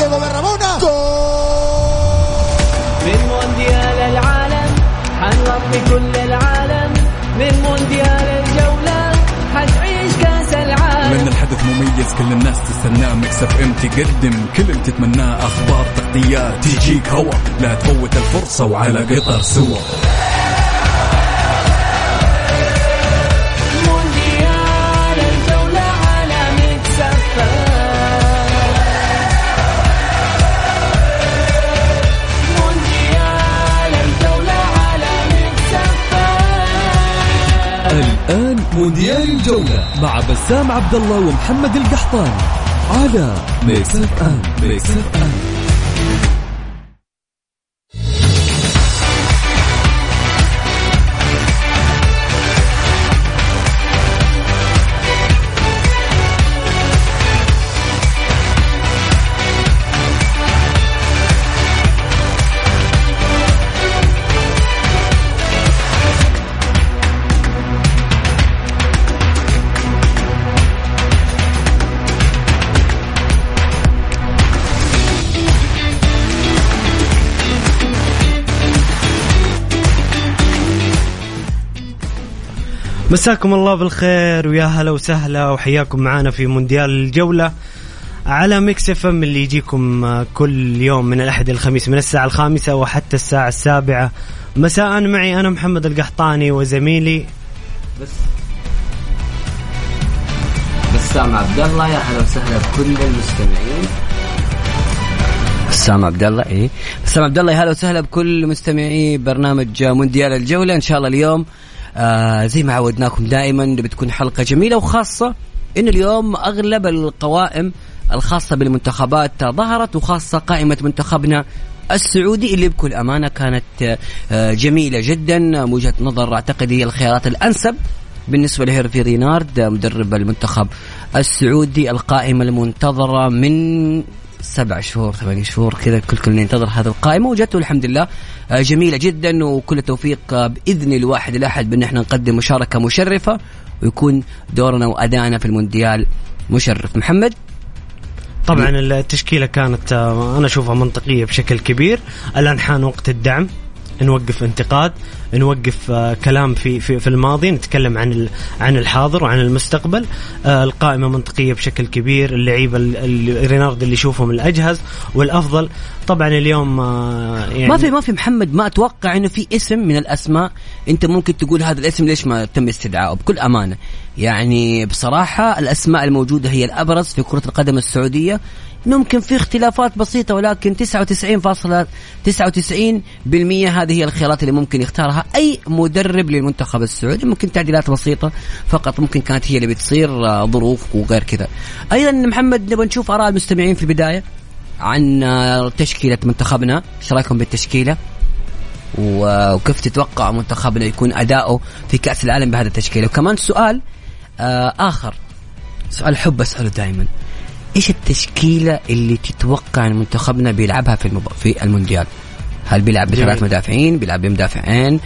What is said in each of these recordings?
Diego de Rabona. من مونديال العالم حنغطي كل العالم. من مونديال الجولة حتعيش كاس العالم. لأن الحدث مميز كل الناس تستناه. ميكس اف ام تقدم كل اللي تتمناه. أخبار تغطيات تجيك هوا. لا تفوت الفرصة وعلى قطر سوا. مونديال الجولة على ميكس اف ام. مونديال الجولة على ميكس اف ام. الآن مونديال الجولة مع بسام عبد الله ومحمد القحطاني على ميكس اف ام. ميكس اف ام. مساكم الله بالخير ويا هلا وسهلا وحياكم معنا في مونديال الجولة على ميكس اف ام اللي يجيكم كل يوم من الأحد الخميس من الساعة 5 وحتى الساعة 7 مساء. معي أنا محمد القحطاني وزميلي بسام عبد الله. يا هلا وسهلا بكل المستمعين. بسام عبد الله بسام عبد الله. يا هلا وسهلا بكل مستمعي برنامج مونديال الجولة. إن شاء الله اليوم زي ما عودناكم دائما بتكون حلقة جميلة وخاصة إن اليوم أغلب القوائم الخاصة بالمنتخبات ظهرت وخاصة قائمة منتخبنا السعودي اللي بكل أمانة كانت جميلة جدا. من وجهة نظر أعتقد هي الخيارات الأنسب بالنسبة لهيرفي رينارد مدرب المنتخب السعودي. القائمة المنتظرة من 7 شهور 8 شهور كذا كل ينتظر هذه القائمة وجدته الحمد لله جميلة جدا. وكل التوفيق بإذن الواحد الأحد بأن احنا نقدم مشاركة مشرفة ويكون دورنا وأدائنا في المونديال مشرف. محمد طبعا التشكيلة كانت أنا أشوفها منطقية بشكل كبير. الآن حان وقت الدعم. نوقف انتقاد نوقف كلام في الماضي نتكلم عن الحاضر وعن المستقبل. القائمة منطقية بشكل كبير. اللعيبة رينارد اللي يشوفهم الأجهز والأفضل. طبعا اليوم يعني ما في محمد ما أتوقع إنه في اسم من الأسماء أنت ممكن تقول هذا الاسم ليش ما تم استدعائه. بكل أمانة يعني بصراحة الأسماء الموجودة هي الأبرز في كرة القدم السعودية. ممكن في اختلافات بسيطة ولكن 99.99% هذه هي الخيارات اللي ممكن يختارها أي مدرب للمنتخب السعودي. ممكن تعديلات بسيطة فقط ممكن كانت هي اللي بتصير ظروف وغير كذا. أيضا محمد نبغى نشوف آراء المستمعين في البداية عن تشكيلة منتخبنا. ايش رايكم بالتشكيلة وكيف تتوقع منتخبنا يكون أداؤه في كأس العالم بهذا التشكيلة. وكمان سؤال آخر سؤال حب أسأله دائما إيش التشكيلة اللي تتوقع أن منتخبنا بيلعبها في المونديال؟ هل بيلعب بثلاث مدافعين بيلعب بمدافعين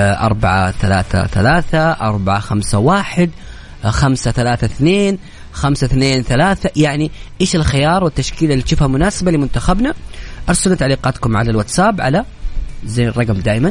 4-3-3 4-5-1 5-3-2 5-2-3 يعني إيش الخيار والتشكيلة اللي تشوفها مناسبة لمنتخبنا؟ أرسلوا تعليقاتكم على الواتساب على زي الرقم دائما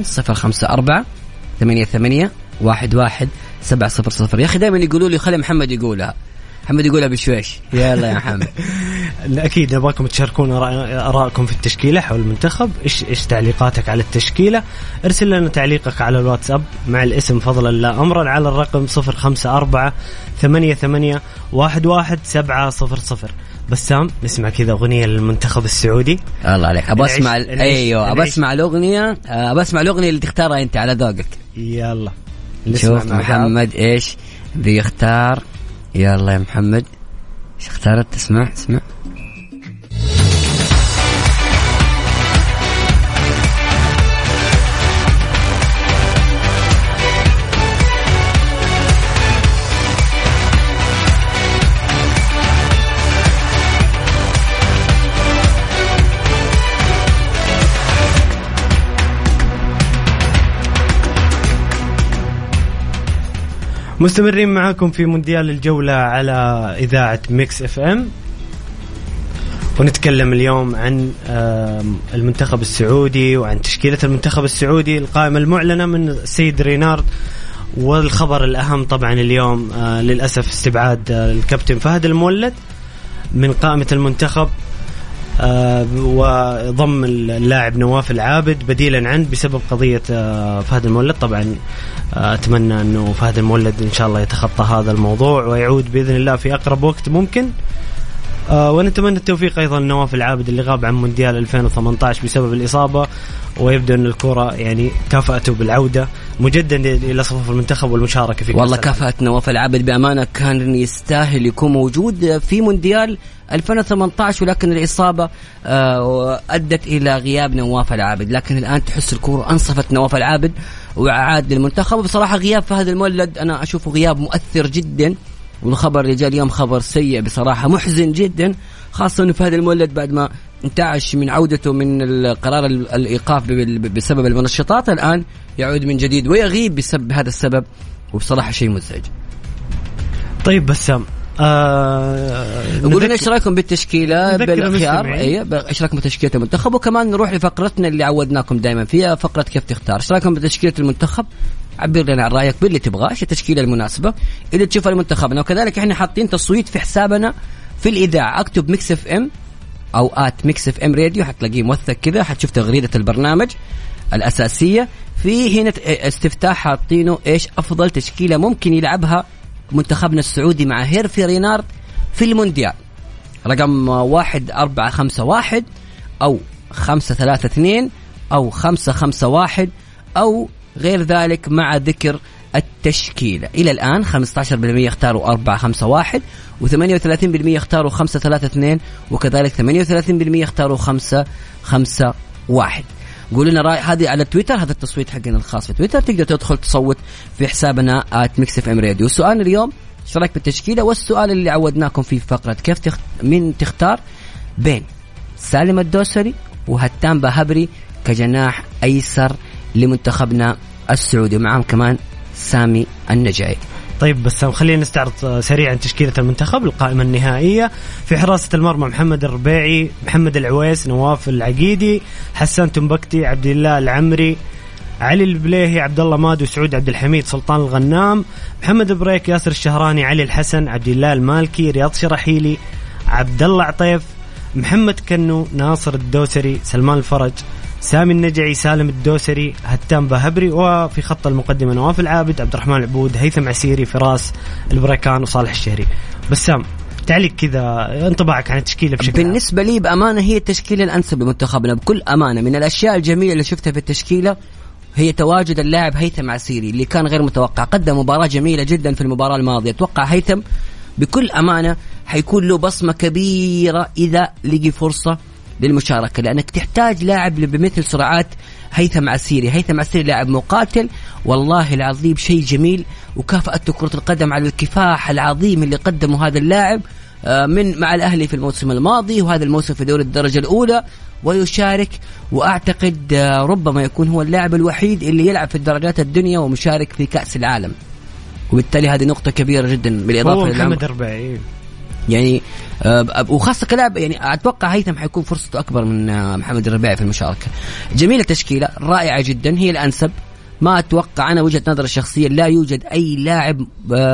054-88-11-700. يا أخي دائما يقولوا لي خلي محمد يقولها. محمد يقولها بشويش. يلا يا محمد. أكيد نبغاكم تشاركون آراءكم في التشكيلة حول المنتخب. إيش تعليقاتك على التشكيلة؟ ارسل لنا تعليقك على الواتساب مع الاسم فضلا لا أمرا على الرقم 054-88-11-700. بسام نسمع كذا أغنية للمنتخب السعودي. الله عليك. أبى أسمع الأغنية اللي تختارها أنت على ذوقك. يلا نشوف محمد إيش بيختار. يلا يا محمد ايش اختارت؟ اسمع مستمرين معاكم في مونديال الجولة على إذاعة ميكس اف ام. ونتكلم اليوم عن المنتخب السعودي وعن تشكيلة المنتخب السعودي، القائمة المعلنة من السيد رينارد. والخبر الأهم طبعا اليوم للأسف استبعاد الكابتن فهد المولد من قائمة المنتخب، وضم اللاعب نواف العابد بديلا عنه بسبب قضية فهد المولد. طبعا أتمنى أنه فهد المولد إن شاء الله يتخطى هذا الموضوع ويعود بإذن الله في أقرب وقت ممكن. ونتمنى التوفيق أيضا نواف العابد اللي غاب عن مونديال 2018 بسبب الإصابة، ويبدو أن الكرة يعني كافأته بالعودة مجددا إلى صفوف المنتخب والمشاركة في. والله كافأت نواف العابد بأمانة، كان يستاهل يكون موجود في مونديال 2018 ولكن الإصابة أدت إلى غياب نواف العابد. لكن الآن تحس الكرة أنصفت نواف العابد وعاد للمنتخب. بصراحة غياب فهد المولد أنا أشوفه غياب مؤثر جدا، والخبر اللي جاء اليوم خبر سيء بصراحة، محزن جدا، خاصة أنه فهد المولد بعد ما انتعش من عودته من القرار الإيقاف بسبب المنشطات الآن يعود من جديد ويغيب بسبب هذا السبب، وبصراحة شيء مزعج. طيب بسام، قولنا ايش رايكم بالتشكيله بالخيار؟ ايش رايكم بتشكيله المنتخب؟ وكمان نروح لفقرتنا اللي عودناكم دائما فيها، فقره كيف تختار. ايش رايكم بتشكيله المنتخب؟ عبر لنا عن رايك باللي تبغاه، ايش التشكيله المناسبه اللي تشوفها لمنتخبنا. وكذلك احنا حاطين تصويت في حسابنا في الاذاعه، اكتب ميكس اف ام او ميكس اف ام راديو، حتلاقيه موثق كذا، حتشوف تغريده البرنامج الاساسيه. في هنا استفتاء حاطينه ايش افضل تشكيله ممكن يلعبها منتخبنا السعودي مع هيرفي رينارد في المونديال. رقم 1451 أو 532 أو 551 أو غير ذلك مع ذكر التشكيلة. إلى الآن 15% اختاروا 451 و38% اختاروا 532 وكذلك 38% اختاروا 551. قولوا لنا رأي هذه على تويتر، هذا التصويت حقنا الخاص في تويتر، تقدر تدخل تصوت في حسابنا @mixfmradio. والسؤال اليوم ايش رايك بالتشكيله؟ والسؤال اللي عودناكم فيه في فقره كيف مين تختار بين سالم الدوسري وهتان باهبري كجناح ايسر لمنتخبنا السعودي، معهم كمان سامي النجعي. طيب بس خلينا نستعرض سريعا تشكيلة المنتخب. القائمة النهائية: في حراسة المرمى محمد الربيعي، محمد العويس، نواف العقيدي، حسان تنبكتي، عبد الله العمري، علي البليهي، عبد الله مادو، سعود عبد الحميد، سلطان الغنام، محمد بريك، ياسر الشهراني، علي الحسن، عبد الله المالكي، رياض شرحيلي، عبد الله عطيف، محمد كنو، ناصر الدوسري، سلمان الفرج، سامي النجعي، سالم الدوسري، هتان باهبري. وفي خط المقدمة نواف العابد، عبد الرحمن العبود، هيثم عسيري، فراس البريكان، وصالح الشهري. بسام، تعليق كذا، انطباعك عن التشكيلة بشكل بالنسبة لي بأمانة هي التشكيلة الأنسب لمنتخبنا بكل أمانة. من الأشياء الجميلة اللي شفتها في التشكيلة هي تواجد اللاعب هيثم عسيري اللي كان غير متوقع، قدم مباراة جميلة جدا في المباراة الماضية. أتوقع هيثم بكل أمانة حيكون له بصمة كبيرة إذا لقي فرصة للمشاركة، لأنك تحتاج لاعب بمثل سرعات هيثم عسيري. هيثم عسيري لاعب مقاتل والله العظيم، شيء جميل، وكافأته كرة القدم على الكفاح العظيم اللي قدمه هذا اللاعب من مع الأهلي في الموسم الماضي وهذا الموسم في دوري الدرجة الأولى ويشارك. وأعتقد ربما يكون هو اللاعب الوحيد اللي يلعب في الدرجات الدنيا ومشارك في كأس العالم، وبالتالي هذه نقطة كبيرة جدا بالإضافة محمد الربيعي يعني وخاصة كلاعب يعني أتوقع هيثم حيكون فرصته أكبر من محمد الربيعي في المشاركة. جميلة تشكيلة رائعة جدا، هي الأنسب. ما أتوقع أنا وجهة نظر الشخصية لا يوجد أي لاعب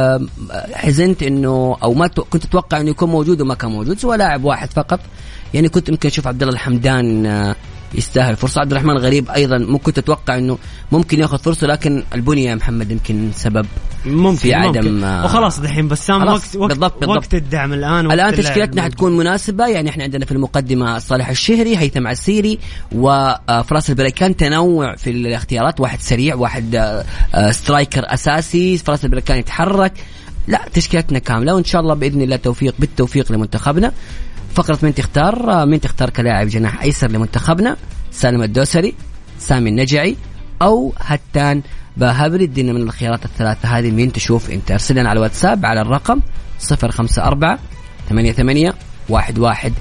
حزنت إنه أو ما كنت أتوقع إنه يكون موجود وما كان موجود، سوى لاعب واحد فقط. يعني كنت ممكن أشوف عبد الله الحمدان يستاهل فرصة، عبد الرحمن الغريب أيضا ممكن تتوقع إنه ممكن يأخذ فرصة، لكن البنية يا محمد يمكن سبب ممكن في عدم وخلاص دحين بسام بالضبط. وقت الدعم الآن تشكيلتنا حتكون مناسبة. يعني احنا عندنا في المقدمة صالح الشهري، هيثم عسيري، وفراس البريكان. تنوع في الاختيارات، واحد سريع، واحد سترايكر أساسي، فراس البريكان يتحرك. لا، تشكيلتنا كاملة، وإن شاء الله بإذن الله بالتوفيق لمنتخبنا. فقرة مين تختار كلاعب جناح أيسر لمنتخبنا؟ سالم الدوسري، سامي النجعي، أو هتان باهبري. ادينا من الخيارات الثلاثة هذه مين تشوف انت. ارسل لنا على الواتساب على الرقم 054 88 11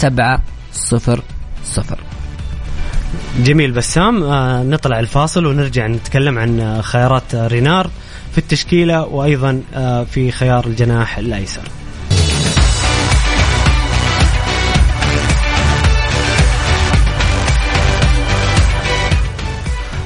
700. جميل بسام. نطلع الفاصل ونرجع نتكلم عن خيارات رينار في التشكيلة وأيضا في خيار الجناح الأيسر.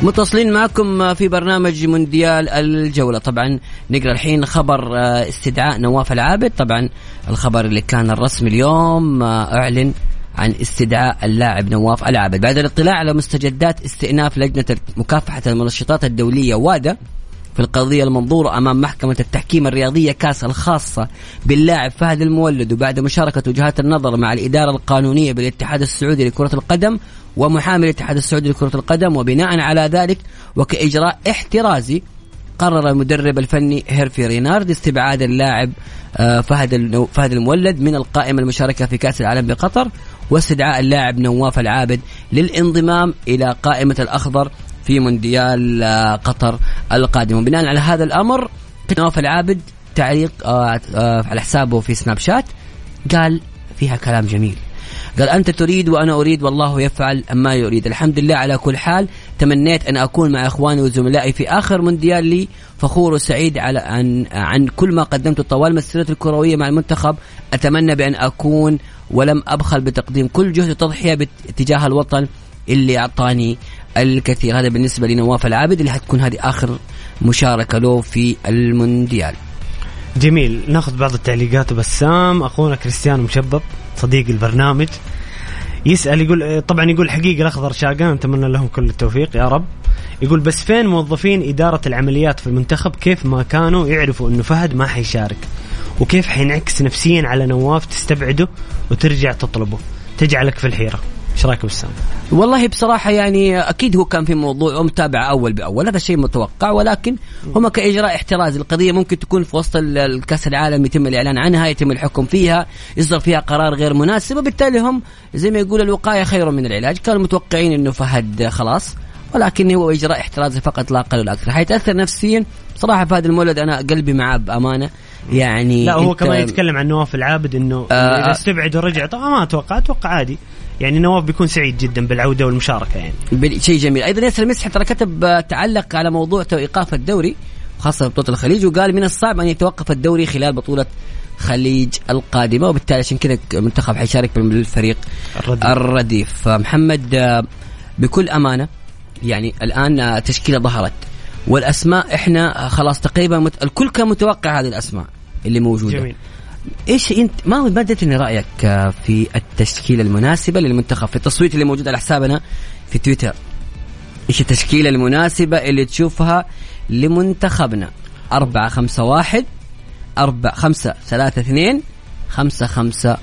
متصلين معكم في برنامج مونديال الجولة. طبعا نقرأ الحين خبر استدعاء نواف العابد. طبعا الخبر اللي كان الرسمي اليوم أعلن عن استدعاء اللاعب نواف العابد بعد الاطلاع على مستجدات استئناف لجنة مكافحة المنشطات الدولية وادا في القضية المنظورة أمام محكمة التحكيم الرياضية كاس الخاصة باللاعب فهد المولد، وبعد مشاركة وجهات النظر مع الإدارة القانونية بالاتحاد السعودي لكرة القدم ومحامي الاتحاد السعودي لكرة القدم، وبناء على ذلك وكإجراء احترازي قرر المدرب الفني هيرفي رينارد استبعاد اللاعب فهد المولد من القائمة المشاركة في كأس العالم بقطر، واستدعاء اللاعب نواف العابد للانضمام إلى قائمة الأخضر في مونديال قطر القادم. وبناء على هذا الأمر نواف العابد تعليق على حسابه في سناب شات قال فيها كلام جميل، قال أنت تريد وأنا أريد والله يفعل ما يريد، الحمد لله على كل حال، تمنيت أن أكون مع إخواني وزملائي في آخر مونديال لي، فخور وسعيد عن كل ما قدمته طوال مسيرتي الكروية مع المنتخب، أتمنى بأن أكون ولم أبخل بتقديم كل جهد وتضحية باتجاه الوطن اللي أعطاني الكثير. هذا بالنسبة لنواف العابد اللي هتكون هذه آخر مشاركة له في المونديال. جميل. ناخذ بعض التعليقات. بسام أخونا كريستيانو مشبب صديق البرنامج يسأل، يقول طبعا يقول حقيقة الأخضر شاقان نتمنى لهم كل التوفيق يا رب. يقول بس فين موظفين إدارة العمليات في المنتخب؟ كيف ما كانوا يعرفوا إنه فهد ما حيشارك؟ وكيف حينعكس نفسيا على نواف تستبعده وترجع تطلبه؟ تجعلك في الحيرة. ايش رايك بسام؟ والله بصراحه يعني اكيد هو كان في موضوع ومتابع اول باول، هذا شيء متوقع، ولكن هم كاجراء احترازي القضيه ممكن تكون في وسط الكاس العالم يتم الاعلان عنها، يتم الحكم فيها، يصدر فيها قرار غير مناسب، وبالتالي هم زي ما يقول الوقايه خير من العلاج. كانوا متوقعين انه فهد خلاص، ولكن هو اجراء احترازي فقط لا اقل ولا اكثر. حيتاثر نفسيا بصراحه فهد المولد، انا قلبي معاه بامانه يعني. لا هو كمان يتكلم عن نواف العابد انه اذا استبعد ورجع طبعا ما اتوقع عادي يعني نواف بيكون سعيد جدا بالعودة والمشاركة يعني شيء جميل. أيضا ياسر مسحي ترى كتب تعلق على موضوع إيقاف الدوري خاصة بطولة الخليج، وقال من الصعب أن يتوقف الدوري خلال بطولة خليج القادمة، وبالتالي عشان كذا المنتخب حيشارك بالفريق الرديف. محمد بكل أمانة يعني الآن تشكيلة ظهرت والأسماء إحنا خلاص تقريبا الكل كان متوقع هذه الأسماء اللي موجودة. جميل. ايش انت ما اديتني رايك في التشكيله المناسبه للمنتخب في التصويت اللي موجود على حسابنا في تويتر؟ ايش التشكيله المناسبه اللي تشوفها لمنتخبنا؟ 4-5-1 4-5-3-2 5-5-1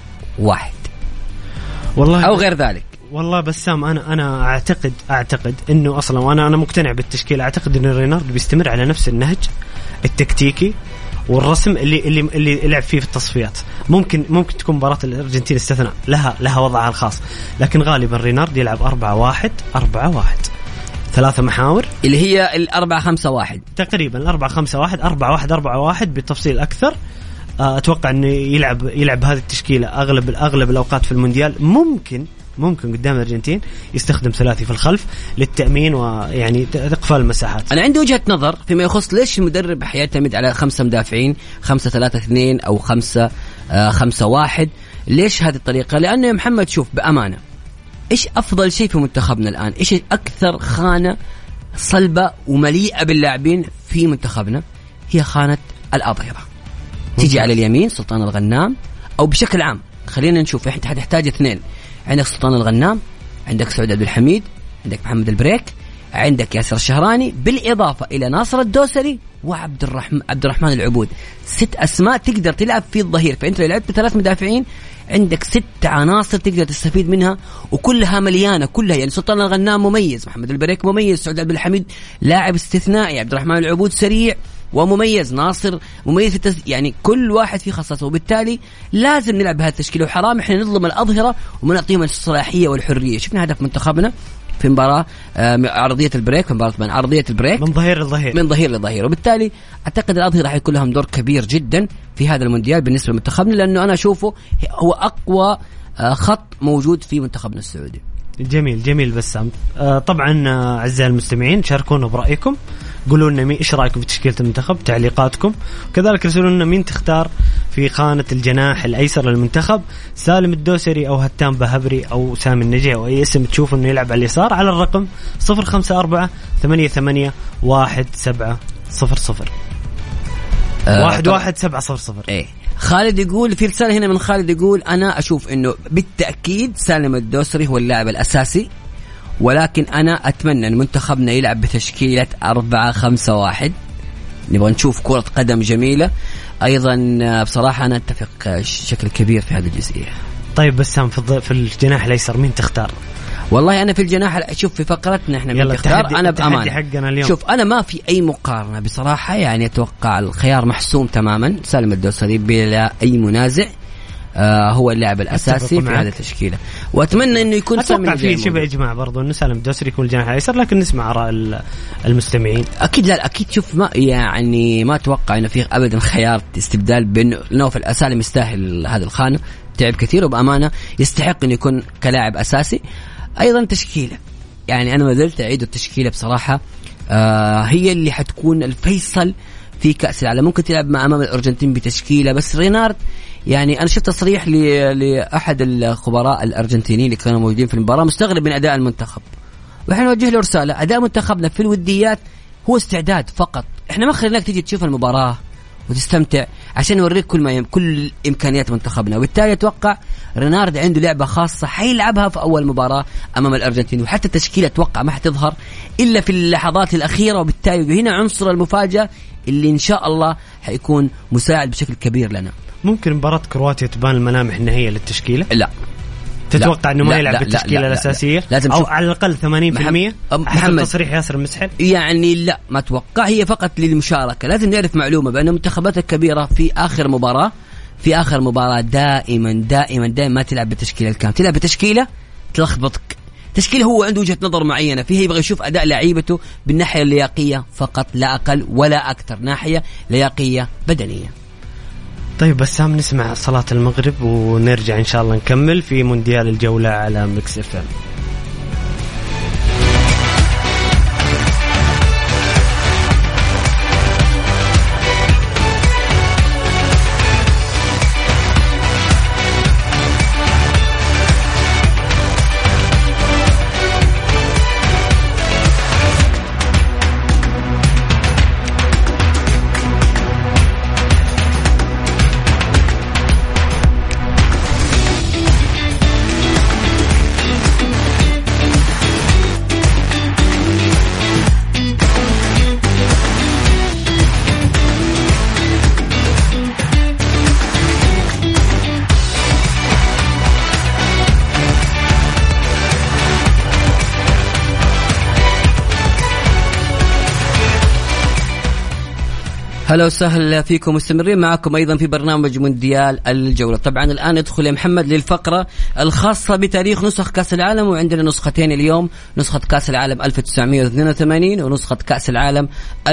والله او غير ذلك. والله بسام انا اعتقد انه اصلا وانا مقتنع بالتشكيله. اعتقد ان رينارد بيستمر على نفس النهج التكتيكي والرسم اللي لعب فيه في التصفيات. ممكن تكون مباراة الأرجنتين استثناء لها وضعها الخاص، لكن غالبا رينارد يلعب 4-1-4-1 3 محاور اللي هي 4-5-1 تقريبا 4-5-1 4-1-4-1 بالتفصيل أكثر. أتوقع إنه يلعب هذه التشكيلة أغلب الأوقات في المونديال. ممكن قدام الأرجنتين يستخدم ثلاثي في الخلف للتأمين ويعني إقفال المساحات. أنا عندي وجهة نظر فيما يخص ليش المدرب حيعتمد على 5 مدافعين 5-3-2 أو 5-5-1. ليش هذه الطريقة؟ لأنه يا محمد شوف بأمانة إيش أفضل شيء في منتخبنا الآن؟ إيش أكثر خانة صلبة ومليئة باللاعبين في منتخبنا؟ هي خانة الأظهرة. تيجي على اليمين سلطان الغنام، أو بشكل عام خلينا نشوف إحنا حتحتاج 2. عندك سلطان الغنام، عندك سعود عبد الحميد، عندك محمد البريك، عندك ياسر الشهراني، بالإضافة إلى ناصر الدوسري وعبد الرحمن العبود. 6 أسماء تقدر تلعب في الظهير. فأنت لو لعبت 3 مدافعين عندك 6 عناصر تقدر تستفيد منها، وكلها مليانة كلها. يعني سلطان الغنام مميز، محمد البريك مميز، سعود عبد الحميد لاعب استثنائي، عبد الرحمن العبود سريع ومميز، ناصر مميز في يعني كل واحد فيه خصائصه. وبالتالي لازم نلعب بهذه التشكيله، وحرام احنا نظلم الأظهرة وما نعطيهم الصلاحية والحرية. شفنا هدف منتخبنا في مباراة عرضية البريك، في مباراة من عرضية البريك من ظهير لظهير. وبالتالي أعتقد الأظهرة راح يكون لهم دور كبير جدا في هذا المونديال بالنسبة لمنتخبنا، لأنه أنا أشوفه هو أقوى خط موجود في منتخبنا السعودي. جميل بسام. طبعا أعزائي المستمعين شاركونا برأيكم قولوا لنا إيش رأيكم في تشكيلة المنتخب، تعليقاتكم. كذلك رسلوا لنا مين تختار في خانة الجناح الأيسر للمنتخب، سالم الدوسري أو هتان بهبري أو سامي النجي أو أي اسم تشوفوا إنه يلعب على اليسار، على الرقم 0548811700 11700. ايه خالد يقول في رسالة هنا من خالد يقول أنا أشوف إنه بالتأكيد سالم الدوسري هو اللاعب الأساسي، ولكن أنا أتمنى أن منتخبنا يلعب بتشكيلة 4-5-1. نبغى نشوف كرة قدم جميلة. أيضا بصراحة أنا أتفق بشكل كبير في هذه الجزئية. طيب بسام في الجناح الأيسر مين تختار؟ والله أنا في الجناح شوف في فقرتنا إحنا مين تختار. أنا بأمانة شوف أنا ما في أي مقارنة بصراحة، يعني أتوقع الخيار محسوم تماما، سالم الدوسري بلا أي منازع هو اللاعب الأساسي في هذه التشكيلة، وأتمنى إنه يكون أتوقع فيه شبه إجماع برضو إنه سالم الدوسري يكون الجناح الأيسر، لكن نسمع آراء المستمعين. أكيد لا أكيد شوف ما يعني ما أتوقع إنه فيه أبدا خيار استبدال بين نوف الأسالم يستاهل هذا الخانة، تعب كثير وبأمانة يستحق إنه يكون كلاعب أساسي. أيضا تشكيلة يعني أنا ما زلت أعيد التشكيلة بصراحة هي اللي حتكون الفيصل في كأس العالم. ممكن تلعب مع أمام الأرجنتين بتشكيلة، بس رينارد يعني أنا شفت تصريح لأحد الخبراء الأرجنتينيين اللي كانوا موجودين في المباراة مستغرب من أداء المنتخب، وإحنا نوجه له رسالة: أداء منتخبنا في الوديات هو استعداد فقط، إحنا ما خليناك تيجي تشوف المباراة وتستمتع عشان نوريك كل إمكانيات منتخبنا. وبالتالي أتوقع رينارد عنده لعبة خاصة حيلعبها في أول مباراة أمام الأرجنتين، وحتى التشكيلة أتوقع ما حتظهر إلا في اللحظات الأخيرة، وبالتالي هنا عنصر المفاجأة اللي إن شاء الله حيكون مساعد بشكل كبير لنا. ممكن مباراة كرواتيا تبان الملامح النهائية للتشكيلة؟ لا تتوقع انه ما يلعب بالتشكيله الاساسيه لازم او على الاقل 80% حسب تصريح ياسر المسحل؟ يعني لا ما اتوقع، هي فقط للمشاركه. لازم نعرف معلومه بان المنتخبات الكبيره في اخر مباراه دائما ما تلعب بالتشكيله الكامله، تلعب بتشكيله تلخبطك، تشكيله هو عنده وجهه نظر معينه فيها، يبغى يشوف اداء لعيبته بالناحيه اللياقيه فقط لا اقل ولا اكثر، ناحيه لياقيه بدنيه. طيب بسام نسمع صلاة المغرب ونرجع إن شاء الله نكمل في مونديال الجولة على ميكس اف ام. هلا وسهلا فيكم، مستمرين معكم أيضا في برنامج مونديال الجولة. طبعا الآن ندخل يا محمد للفقرة الخاصة بتاريخ نسخ كأس العالم، وعندنا نسختين اليوم، نسخة كأس العالم 1982 ونسخة كأس العالم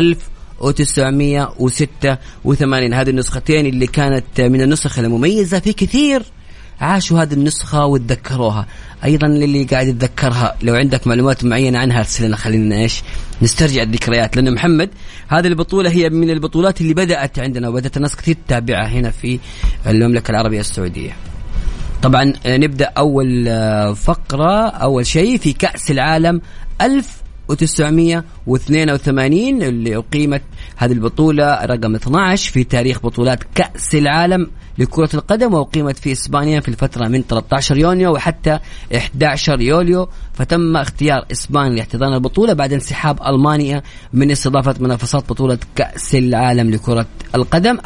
1986. هذه النسختين اللي كانت من النسخ المميزة، في كثير عاشوا هذه النسخة وتذكروها. أيضا للي قاعد يتذكرها لو عندك معلومات معينة عنها ارسلنا، خلينا نسترجع الذكريات، لأن محمد هذه البطولة هي من البطولات اللي بدأت عندنا وبدأت الناس كثير تتابعها هنا في المملكة العربية السعودية. طبعا نبدأ أول فقرة، أول شيء في كأس العالم 1982 اللي أقيمت هذه البطولة رقم 12 في تاريخ بطولات كأس العالم لكرة القدم، وأقيمت في إسبانيا في الفترة من 13 يونيو وحتى 11 يوليو. فتم اختيار إسبانيا لاحتضان البطولة بعد انسحاب ألمانيا من استضافة منافسات بطولة كأس العالم لكرة القدم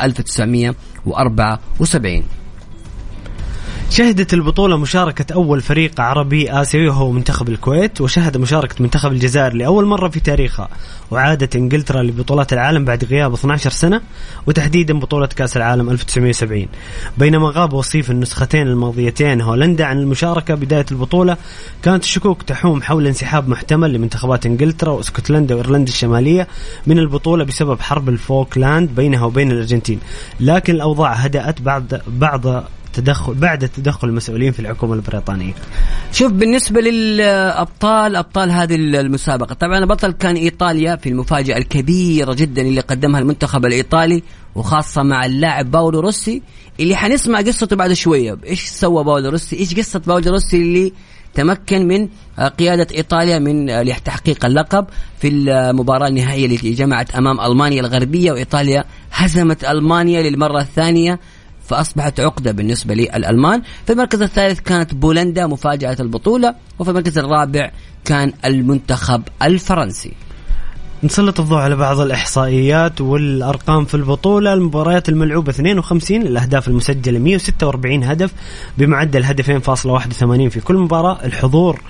1974. شهدت البطولة مشاركة أول فريق عربي آسيوي وهو منتخب الكويت، وشهد مشاركة منتخب الجزائر لأول مرة في تاريخها، وعادت إنجلترا لبطولات العالم بعد غياب 12 سنة، وتحديدا بطولة كأس العالم 1970. بينما غاب وصيف النسختين الماضيتين هولندا عن المشاركة بداية البطولة، كانت الشكوك تحوم حول انسحاب محتمل لمنتخبات إنجلترا واسكتلندا وإيرلندا الشمالية من البطولة بسبب حرب الفوكلاند بينها وبين الأرجنتين، لكن الأوضاع هدأت بعد بعد تدخل المسؤولين في الحكومة البريطانية. شوف بالنسبة للأبطال أبطال هذه المسابقة، طبعا البطل كان إيطاليا في المفاجأة الكبيرة جدا اللي قدمها المنتخب الإيطالي، وخاصة مع اللاعب باولو روسي اللي حنسمع قصته بعد شوية. إيش سوى باولو روسي؟ إيش قصة باولو روسي اللي تمكن من قيادة إيطاليا من لتحقيق اللقب في المباراة النهائية التي جمعت أمام ألمانيا الغربية، وإيطاليا هزمت ألمانيا للمرة الثانية، فأصبحت عقدة بالنسبة للألمان. في المركز الثالث كانت بولندا مفاجأة البطولة، وفي المركز الرابع كان المنتخب الفرنسي. نسلط الضوء على بعض الإحصائيات والأرقام في البطولة. المباريات الملعوبة 52، الأهداف المسجلة 146 هدف بمعدل 2.81 في كل مباراة. الحضور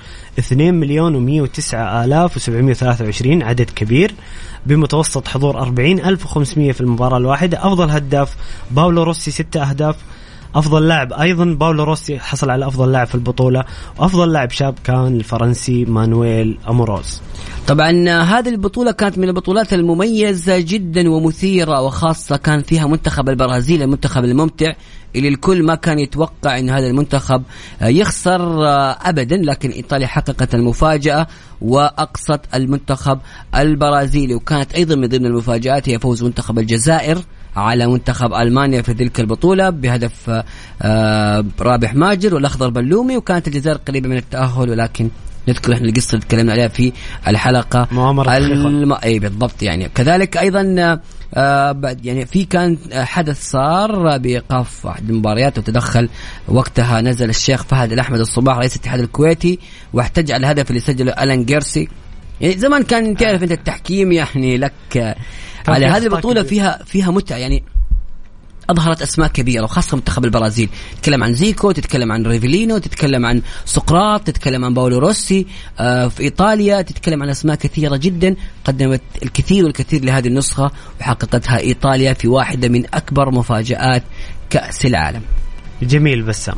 2,109,723، عدد كبير، بمتوسط حضور 40,500 في المباراة الواحدة. أفضل هداف باولو روسي 6 أهداف. أفضل لاعب أيضا باولو روسي حصل على أفضل لاعب في البطولة، وأفضل لاعب شاب كان الفرنسي مانويل أموروز. طبعا هذه البطولة كانت من البطولات المميزة جدا ومثيرة، وخاصة كان فيها منتخب البرازيل، المنتخب الممتع اللي الكل ما كان يتوقع أن هذا المنتخب يخسر أبدا، لكن إيطاليا حققت المفاجأة وأقصت المنتخب البرازيلي. وكانت أيضا من ضمن المفاجآت هي فوز منتخب الجزائر على منتخب ألمانيا في تلك البطولة بهدف رابح ماجر والأخضر بلومي، وكانت الجزائر قريبة من التأهل، ولكن نذكر احنا القصة اللي تكلمنا عليها في الحلقة اي بالضبط. يعني كذلك ايضا يعني في كان حدث صار بإيقاف واحد المباريات، وتدخل وقتها نزل الشيخ فهد الأحمد الصباح رئيس الاتحاد الكويتي، واحتج على الهدف اللي سجله ألان جيرسي. يعني زمان كان تعرف انت التحكيم يعني لك على هذه البطولة فيها متعة، يعني أظهرت أسماء كبيرة وخاصة منتخب البرازيل. تتكلم عن زيكو، تتكلم عن ريفيلينو، تتكلم عن سقراط، تتكلم عن باولو روسي. في إيطاليا تتكلم عن أسماء كثيرة جدا قدمت الكثير والكثير لهذه النسخة، وحققتها إيطاليا في واحدة من أكبر مفاجآت كأس العالم. جميل بسام.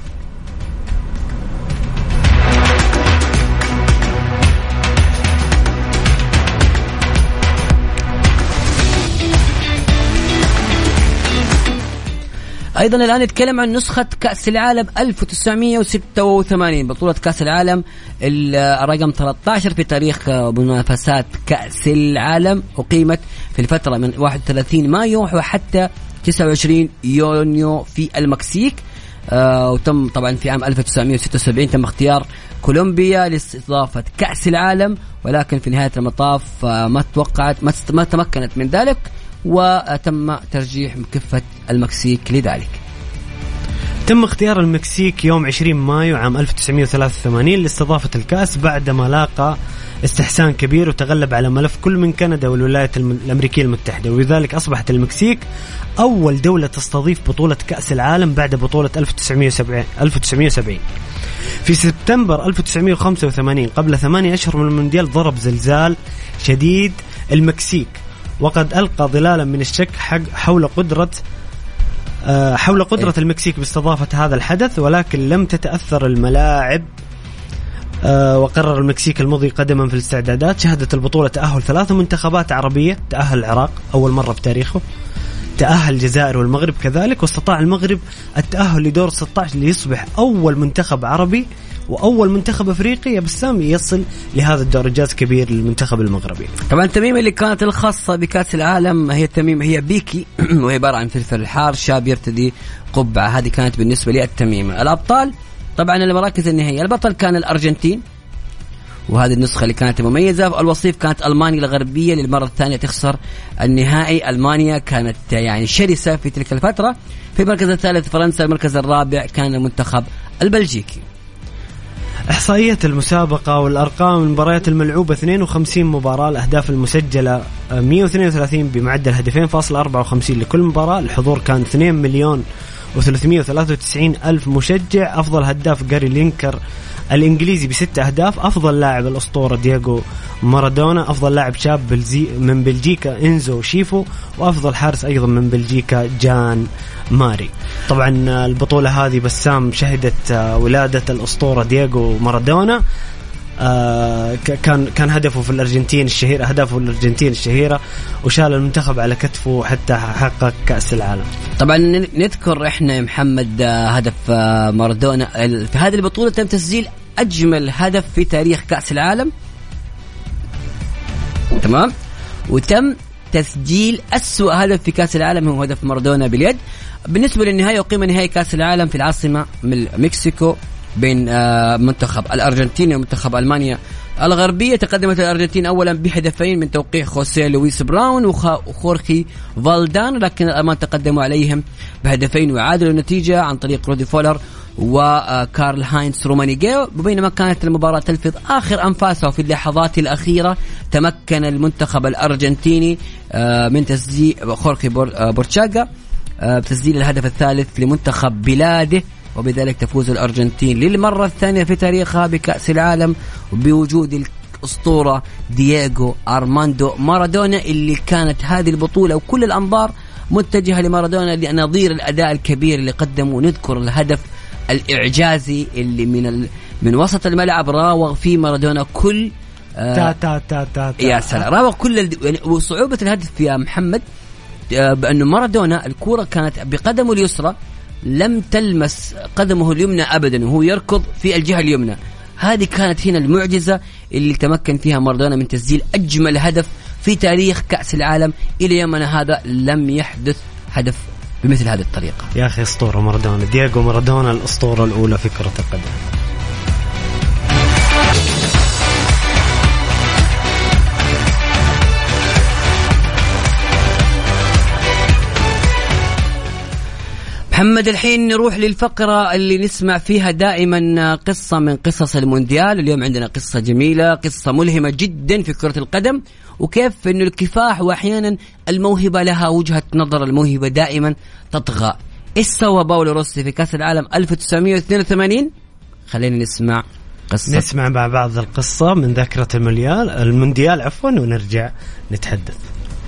أيضا الآن نتكلم عن نسخة كأس العالم 1986، بطولة كأس العالم الرقم 13 في تاريخ منافسات كأس العالم، أقيمت في الفترة من 31 مايو وحتى 29 يونيو في المكسيك. وتم طبعا في عام 1976 تم اختيار كولومبيا لاستضافة كأس العالم، ولكن في نهاية المطاف ما تمكنت من ذلك، وتم ترجيح كفة المكسيك لذلك. تم اختيار المكسيك يوم 20 مايو عام 1983 لاستضافة الكأس بعدما لاقى استحسان كبير وتغلب على ملف كل من كندا والولايات الأمريكية المتحدة، وبذلك أصبحت المكسيك أول دولة تستضيف بطولة كأس العالم بعد بطولة 1970. في سبتمبر 1985 قبل 8 أشهر من المونديال ضرب زلزال شديد المكسيك، وقد ألقى ظلالا من الشك حول قدرة المكسيك باستضافة هذا الحدث، ولكن لم تتأثر الملاعب. وقرر المكسيك المضي قدما في الاستعدادات. شهدت البطولة تأهل 3 منتخبات عربية، تأهل العراق أول مرة في تاريخه، تأهل الجزائر والمغرب كذلك، واستطاع المغرب التأهل لدور 16 ليصبح أول منتخب عربي وأول منتخب أفريقي يا بسام يصل لهذا الدور. إنجاز كبير للمنتخب المغربي. طبعا التميمة اللي كانت الخاصة بكأس العالم هي التميمة هي بيكي، وهي عبارة عن فلفل الحار شاب يرتدي قبعة. هذه كانت بالنسبة لي التميمة. الأبطال طبعا المراكز النهائية، البطل كان الأرجنتين، وهذه النسخة اللي كانت مميزة. الوصيف كانت ألمانيا الغربية للمرة الثانية تخسر النهائي. ألمانيا كانت يعني شرسة في تلك الفترة. في المركز الثالث فرنسا، المركز الرابع كان المنتخب البلجيكي. إحصائية المسابقة والأرقام: المباريات الملعوبة 52 مباراة، الأهداف المسجلة 132 بمعدل 2.54 لكل مباراة. الحضور كان 2,393,000 مشجع. أفضل هداف جاري لينكر الإنجليزي ب6 أهداف. أفضل لاعب الأسطورة دييغو مارادونا. أفضل لاعب شاب من بلجيكا إنزو شيفو. وأفضل حارس أيضا من بلجيكا جان ماري. طبعا البطولة هذه بسام شهدت ولادة الأسطورة دييغو مارادونا، كان هدفه في الأرجنتين الشهيرة، هدفه الأرجنتين الشهيرة، وشال المنتخب على كتفه حتى حقق كأس العالم. طبعا نذكر احنا يا محمد هدف مارادونا في هذه البطولة تم تسجيل أجمل هدف في تاريخ كأس العالم، تمام، وتم تسجيل أسوأ هدف في كأس العالم هو هدف مارادونا باليد. بالنسبة للنهاية وقيم نهاية كأس العالم في العاصمة من مكسيكو بين منتخب الأرجنتين ومنتخب ألمانيا الغربية، تقدمت الأرجنتين أولا بهدفين من توقيع خوسيه لويس براون وخورخي فالدان، لكن الألمان تقدموا عليهم بهدفين وعادلوا النتيجة عن طريق رودي فولر وكارل هاينز رومانيجيو. وبينما كانت المباراة تلفظ آخر أنفاسها في اللحظات الأخيرة تمكن المنتخب الأرجنتيني من تسجيل خورخي بورتشاغا بتسجيل الهدف الثالث لمنتخب بلاده، وبذلك تفوز الأرجنتين للمرة الثانية في تاريخها بكأس العالم بوجود الأسطورة دييغو أرماندو مارادونا، اللي كانت هذه البطولة وكل الأنظار متجهة لمارادونا لنظير الأداء الكبير اللي قدمه. نذكر الهدف الإعجازي اللي من وسط الملعب راوغ فيه مارادونا كل يا سلام، راوغ كل وصعوبة الهدف يا محمد بأنه مارادونا الكرة كانت بقدمه اليسرى لم تلمس قدمه اليمنى أبدا وهو يركض في الجهة اليمنى. هذه كانت هنا المعجزة اللي تمكن فيها مارادونا من تسجيل أجمل هدف في تاريخ كأس العالم. إلى يومنا هذا لم يحدث هدف بمثل هذه الطريقة. يا أخي أسطورة مارادونا، دييغو مارادونا الأسطورة الأولى في كرة القدم. محمد الحين نروح للفقرة اللي نسمع فيها دائما قصة من قصص المونديال. اليوم عندنا قصة جميلة، قصة ملهمة جدا في كرة القدم، وكيف أن الكفاح وأحيانا الموهبة لها وجهة نظر، الموهبة دائما تطغى. إيش سوى باولو روسي في كأس العالم 1982؟ خلينا نسمع مع بعض القصة من ذاكرة المونديال عفوا، ونرجع نتحدث.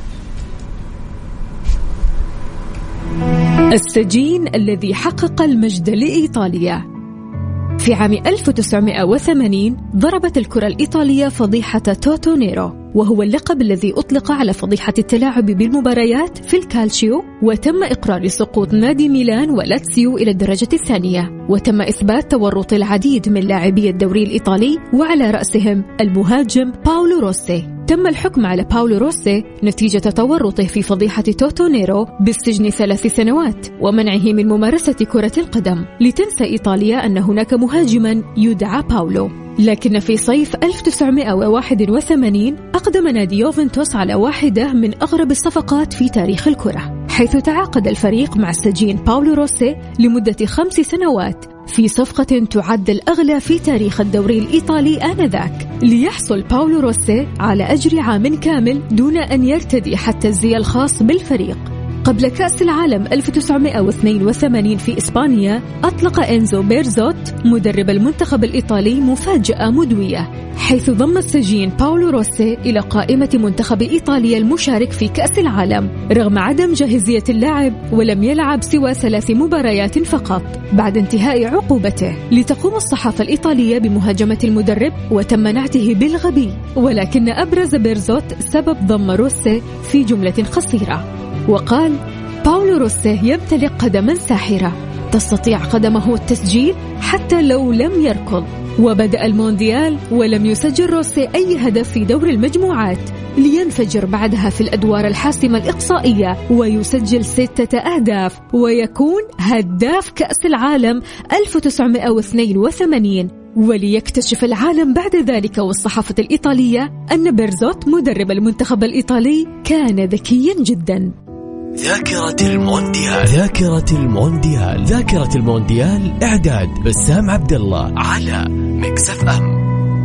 السجين الذي حقق المجد لإيطاليا. في عام 1980 ضربت الكرة الإيطالية فضيحة توتو نيرو، وهو اللقب الذي أطلق على فضيحة التلاعب بالمباريات في الكالشيو، وتم إقرار سقوط نادي ميلان ولاتسيو إلى الدرجة الثانية، وتم إثبات تورط العديد من لاعبي الدوري الإيطالي وعلى رأسهم المهاجم باولو روسي. تم الحكم على باولو روسي نتيجة تورطه في فضيحة توتو نيرو بالسجن 3 سنوات ومنعه من ممارسة كرة القدم. لتنسى إيطاليا أن هناك مهاجما يدعى باولو. لكن في صيف 1981 أقدم نادي يوفنتوس على واحدة من أغرب الصفقات في تاريخ الكرة، حيث تعاقد الفريق مع السجين باولو روسي لمدة 5 سنوات في صفقة تعد الأغلى في تاريخ الدوري الإيطالي آنذاك، ليحصل باولو روسي على أجر عام كامل دون أن يرتدي حتى الزي الخاص بالفريق. قبل كأس العالم 1982 في إسبانيا أطلق إنزو بيرزوت مدرب المنتخب الإيطالي مفاجأة مدوية، حيث ضم السجين باولو روسي إلى قائمة منتخب إيطاليا المشارك في كأس العالم رغم عدم جاهزية اللاعب، ولم يلعب سوى 3 مباريات فقط بعد انتهاء عقوبته. لتقوم الصحافة الإيطالية بمهاجمة المدرب وتم نعته بالغبي، ولكن أبرز بيرزوت سبب ضم روسي في جملة قصيرة وقال: باولو روسي يمتلك قدما ساحرة، تستطيع قدمه التسجيل حتى لو لم يركض. وبدأ المونديال ولم يسجل روسي أي هدف في دور المجموعات، لينفجر بعدها في الأدوار الحاسمة الإقصائية ويسجل 6 أهداف ويكون هداف كأس العالم 1982. وليكتشف العالم بعد ذلك والصحافة الإيطالية أن بيرزوت مدرب المنتخب الإيطالي كان ذكيا جدا. ذاكرة المونديال إعداد بسام عبد الله على ميكس اف ام.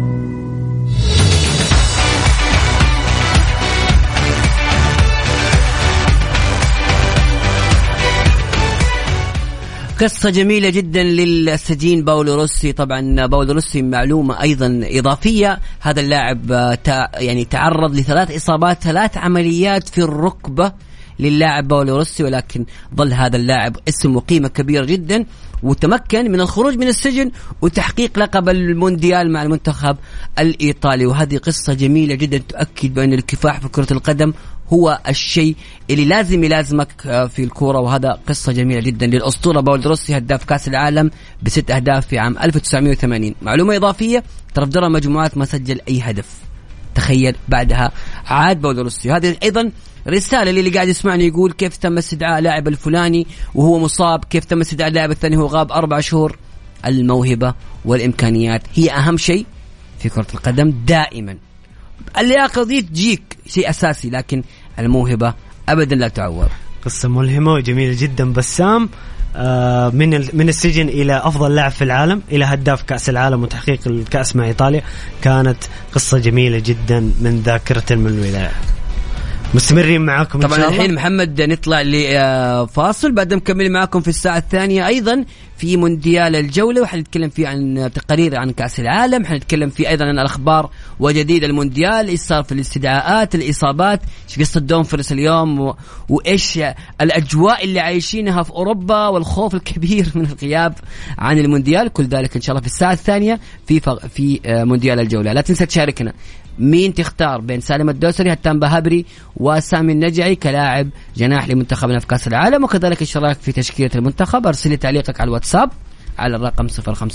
قصة جميلة جدا للسجين باولو روسي. طبعا باولو روسي معلومة أيضا إضافية، هذا اللاعب يعني تعرض ل3 إصابات، 3 عمليات في الركبة للاعب باولو روسي، ولكن ظل هذا اللاعب اسم وقيمة كبيرة جدا. وتمكن من الخروج من السجن وتحقيق لقب المونديال مع المنتخب الإيطالي. وهذه قصة جميلة جدا تؤكد بأن الكفاح في كرة القدم هو الشيء اللي لازم يلازمك في الكورة. وهذا قصة جميلة جدا للأسطورة باولو روسي هداف كأس العالم ب6 أهداف في عام 1980. معلومة إضافية، ترى في دور المجموعات ما سجل أي هدف، تخيل. بعدها عاد باولو روسي. هذه أيضا رسالة اللي قاعد يسمعني يقول كيف تم استدعاء لاعب الفلاني وهو مصاب، كيف تم استدعاء اللاعب الثاني وهو غاب 4 شهور. الموهبة والإمكانيات هي أهم شيء في كرة القدم دائما. اللياقة دي تجيك شيء أساسي، لكن الموهبة أبدا لا تعوض. قصة ملهمة وجميلة جدا. بسام من السجن إلى أفضل لاعب في العالم، إلى هداف كأس العالم وتحقيق الكأس مع إيطاليا، كانت قصة جميلة جدا من ذاكرة من الولاية. مستمرين معاكم طبعا. الحين محمد نطلع لفاصل، بعد نكمل معاكم في الساعة الثانية أيضا في مونديال الجولة، وحنتكلم فيه عن تقارير عن كأس العالم، حنتكلم فيه أيضا عن الأخبار وجديد المونديال، إيش صار في الاستدعاءات، الإصابات، إيش قصة دومفريس اليوم، وإيش الأجواء اللي عايشينها في أوروبا والخوف الكبير من الغياب عن المونديال. كل ذلك إن شاء الله في الساعة الثانية في مونديال الجولة. لا تنسى تشاركنا، مين تختار بين سالم الدوسري، هتان بهابري، وسامي النجعي كلاعب جناح لمنتخبنا في كأس العالم؟ وكذلك اشتراك في تشكيلة المنتخب. ارسل تعليقك على الواتساب على الرقم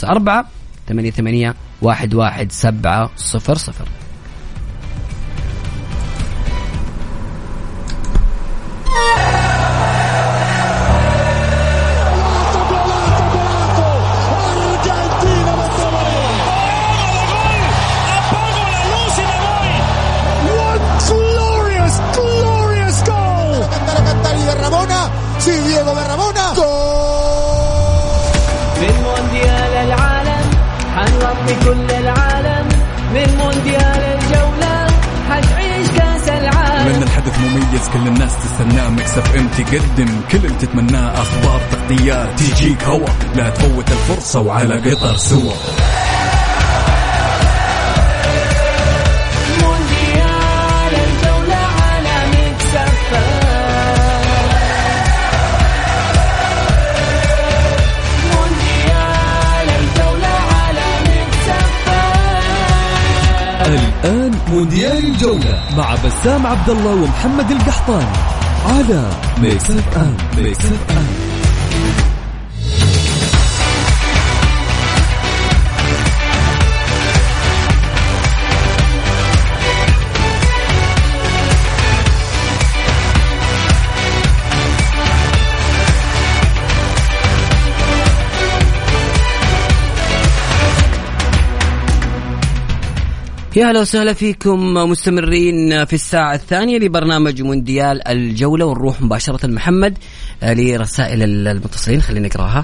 054-88-11700. Diego Barrabona من مونديال العالم حنغطي كل العالم، من مونديال الجولة حتعيش كاس العالم. من الحدث مميز كل الناس تستناه، ميكس اف ام تقدم كل اللي تتمناه، اخبار تغطيات تجيك هوا، لا تفوت الفرصة وعلى قطر سوا. مونديال الجولة على ميكس اف ام. الآن مونديال الجولة مع بسام عبد الله ومحمد القحطاني على ميكس اف ام. ميكس اف ام. يا هلا وسهلا فيكم، مستمرين في الساعة الثانية لبرنامج مونديال الجولة، ونروح مباشرة محمد لرسائل المتصلين، خلينا نقراها.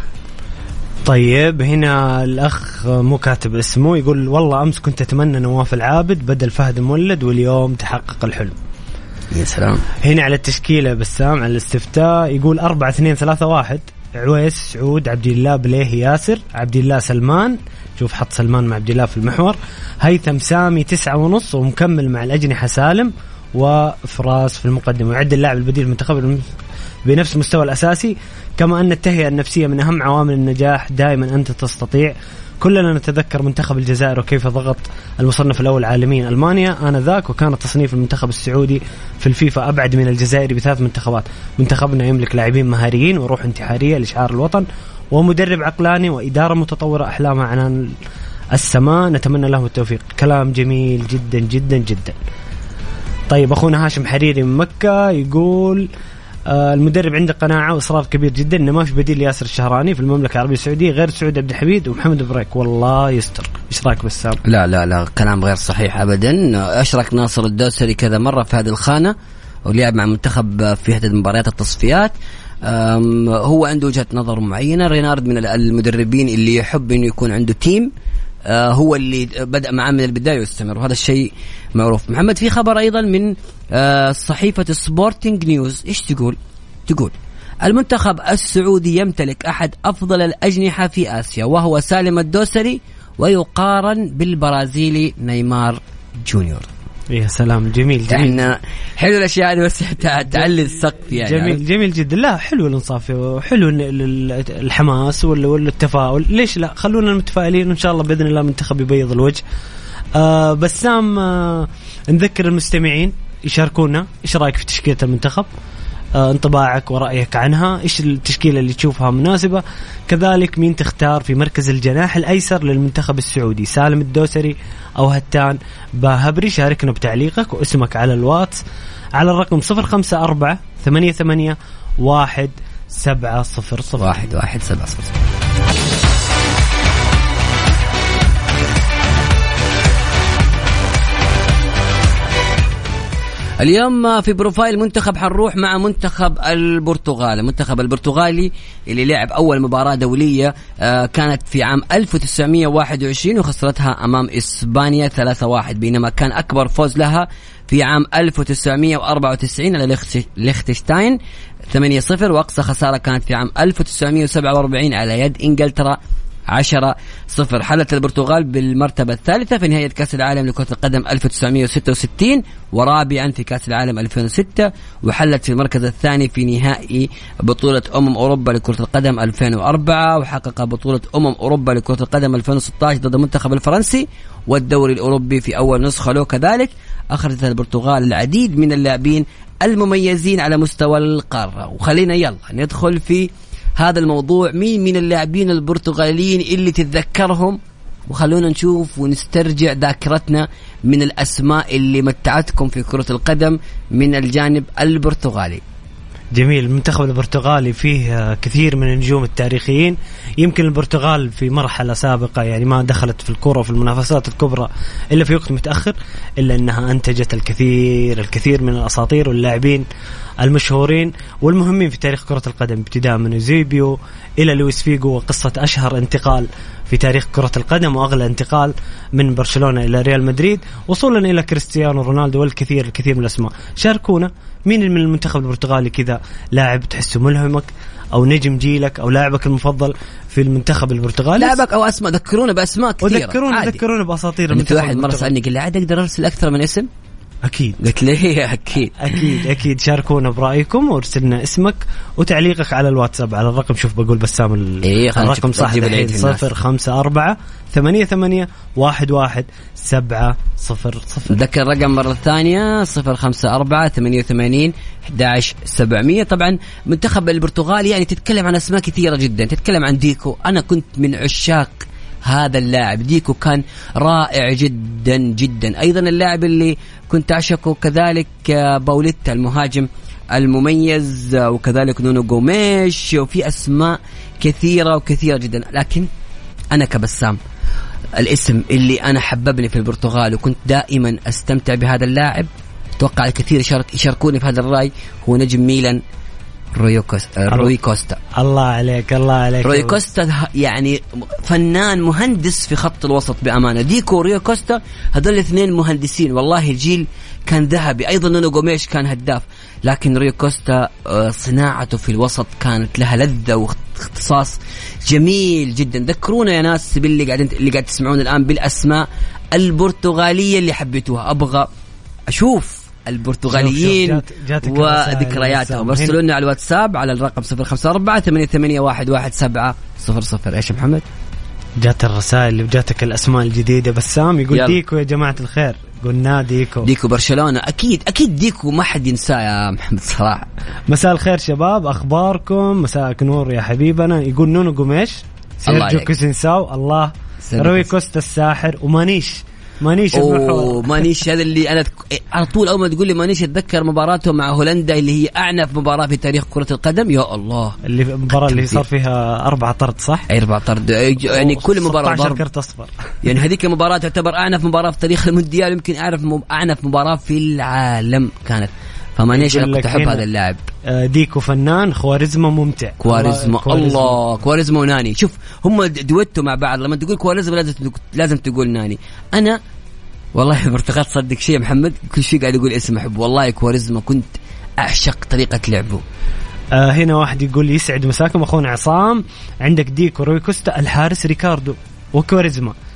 طيب هنا الأخ مو كاتب اسمه، يقول والله أمس كنت أتمنى نواف العابد بدل فهد مولد واليوم تحقق الحلم. يا سلام. هنا على التشكيلة بسام على الاستفتاء يقول 4-2-3-1: عويس، سعود، عبد الله، بليه، ياسر، عبد الله، سلمان، شوف حط سلمان مع عبد الله في المحور، هيثم، سامي 9.5، ومكمل مع الأجنحة سالم وفراس في المقدمة، ويعد اللاعب البديل المنتخب بنفس المستوى الأساسي. كما أن التهيئة النفسية من أهم عوامل النجاح، دائما أنت تستطيع. كلنا نتذكر منتخب الجزائر وكيف ضغط المصنف الأول عالميا ألمانيا آنذاك، وكان تصنيف المنتخب السعودي في الفيفا أبعد من الجزائر ب3 منتخبات. منتخبنا يملك لاعبين مهاريين وروح انتحارية لإشعار الوطن، ومدرب عقلاني، وإدارة متطورة أحلامها عنان السماء، نتمنى له التوفيق. كلام جميل جدا جدا جدا. طيب أخونا هاشم حريري من مكة يقول المدرب عنده قناعة وإصرار كبير جدا إنه ما في بديل لياسر الشهراني في المملكة العربية السعودية غير سعود عبد الحميد ومحمد بريك. والله يستر. إيش رأيك بسام؟ لا كلام غير صحيح أبدا. أشرك ناصر الدوسري كذا مرة في هذه الخانة، ولعب مع منتخب في إحدى مباريات التصفيات. هو عنده وجهة نظر معينة. رينارد من المدربين اللي يحب إنه يكون عنده تيم، هو اللي بدأ معاه من البداية ويستمر، وهذا الشيء معروف. محمد في خبر أيضا من صحيفة سبورتينج نيوز. إيش تقول المنتخب السعودي يمتلك أحد أفضل الأجنحة في آسيا وهو سالم الدوسري، ويقارن بالبرازيلي نيمار جونيور. يا سلام جميل جميل. احنا حلو الاشياء هذه بس تعلي السقف يعني. جميل جميل جدا. لا حلو الانصاف وحلو الحماس والتفاؤل. ليش لا؟ خلونا متفائلين وان شاء الله باذن الله منتخب يبيض الوجه. بسام نذكر المستمعين يشاركونا ايش رايك في تشكيلة المنتخب، انطباعك ورأيك عنها، ايش التشكيلة اللي تشوفها مناسبة، كذلك مين تختار في مركز الجناح الأيسر للمنتخب السعودي، سالم الدوسري أو هتان باهبري. شاركنا بتعليقك واسمك على الواتس على الرقم 0548811700. اليوم في بروفايل منتخب حنروح مع منتخب البرتغال. المنتخب البرتغالي اللي لعب أول مباراة دولية كانت في عام 1921 وخسرتها أمام إسبانيا 3-1، بينما كان أكبر فوز لها في عام 1994 على ليختشتاين 8-0، وأقصى خسارة كانت في عام 1947 على يد إنجلترا 10-0. حلت البرتغال بالمرتبة الثالثة في نهاية كأس العالم لكرة القدم 1966 ورابعا في كأس العالم 2006، وحلت في المركز الثاني في نهائي بطولة أوروبا لكرة القدم 2004، وحقق بطولة أوروبا لكرة القدم 2016 ضد المنتخب الفرنسي والدوري الأوروبي في أول نسخة له. كذلك أخرجت البرتغال العديد من اللاعبين المميزين على مستوى القارة. وخلينا يلا ندخل في هذا الموضوع، مين من اللاعبين البرتغاليين اللي تتذكرهم، وخلونا نشوف ونسترجع ذاكرتنا من الأسماء اللي متعتكم في كرة القدم من الجانب البرتغالي. جميل. المنتخب البرتغالي فيه كثير من النجوم التاريخيين. يمكن البرتغال في مرحلة سابقة يعني ما دخلت في الكرة في المنافسات الكبرى إلا في وقت متأخر، إلا أنها أنتجت الكثير من الأساطير واللاعبين المشهورين والمهمين في تاريخ كرة القدم، ابتداء من يوزيبيو إلى لويس فيغو، وقصة أشهر انتقال في تاريخ كرة القدم وأغلى انتقال من برشلونة إلى ريال مدريد، وصولا إلى كريستيانو رونالدو والكثير من الأسماء. شاركونا مين من المنتخب البرتغالي كذا لاعب تحسه ملهمك أو نجم جيلك أو لاعبك المفضل في المنتخب البرتغالي، لاعبك أو أسماء. ذكرونا بأسماء كثيرة، ذكرونا بأساطير المنتخب. واحد مرة سألني قال لي عاد أقدر أرسل أكثر من اسم؟ أكيد. قلت لي أكيد. شاركونا برأيكم وارسلنا اسمك وتعليقك على الواتساب على الرقم. شوف بقول بسام الرقم صح الحين 0548811700. ذكر الرقم مرة ثانية 0548811700. طبعا منتخب البرتغال يعني تتكلم عن أسماء كثيرة جدا. تتكلم عن ديكو، أنا كنت من عشاق هذا اللاعب. ديكو كان رائع جدا جدا. أيضا اللاعب اللي كنت أعشقه كذلك باوليتا المهاجم المميز، وكذلك نونو غوميش، وفي أسماء كثيرة جدا. لكن أنا كبسام الاسم اللي أنا حببني في البرتغال وكنت دائما أستمتع بهذا اللاعب، أتوقع الكثير يشاركوني في هذا الرأي، هو نجم ميلان روي كوستا. الله عليك. روي كوستا يعني فنان مهندس في خط الوسط بأمانة. ديكو وروي كوستا هذول الاثنين مهندسين والله. الجيل كان ذهبي. أيضا نونو غوميش كان هداف، لكن روي كوستا صناعته في الوسط كانت لها لذة واختصاص جميل جدا. ذكرونا يا ناس اللي قاعد تسمعون الآن بالأسماء البرتغالية اللي حبيتوها. أبغى أشوف البرتغاليين وذكرياتهم. ارسلوا لنا على الواتساب على الرقم 0548811700. ايش محمد؟ جات الرسائل اللي جاتك الاسماء الجديده. بسام يقول يلا. ديكو يا جماعه الخير، قلنا ديكو برشلونه. اكيد ديكو ما حد ينساه يا محمد صراحه. مساء الخير شباب، اخباركم؟ مساءك نور يا حبيبنا. يقول نونو غوميش، سيرجيو كوسينساو، الله، روي كوستا الساحر، ومانيش مانيش هذا اللي أنا على طول أول ما تقول لي مانيش أتذكر مباراته مع هولندا اللي هي أعنف مباراة في تاريخ كرة القدم. يا الله، المباراة اللي صار فيها 4 طرد صح؟ 4 طرد يعني كل مباراة ضرب كرت أصفر. يعني هذيك المباراة تعتبر أعنف مباراة في تاريخ المونديال، يمكن أعنف مباراة في العالم كانت. فمانيش أنا كنت أحب هذا اللاعب. ديكو فنان، خوارزما ممتع. الله خوارزما وناني. شوف هم دويتو مع بعض. لما تقول خوارزما لازم تقول ناني. أنا والله البرتغال صدق شيء محمد، كل شيء قاعد يقول اسم أحب والله. خوارزما كنت أعشق طريقة لعبه. هنا واحد يقول يسعد مساكم أخونا عصام، عندك ديكو، روي كوستا، الحارس ريكاردو، وكوارزما.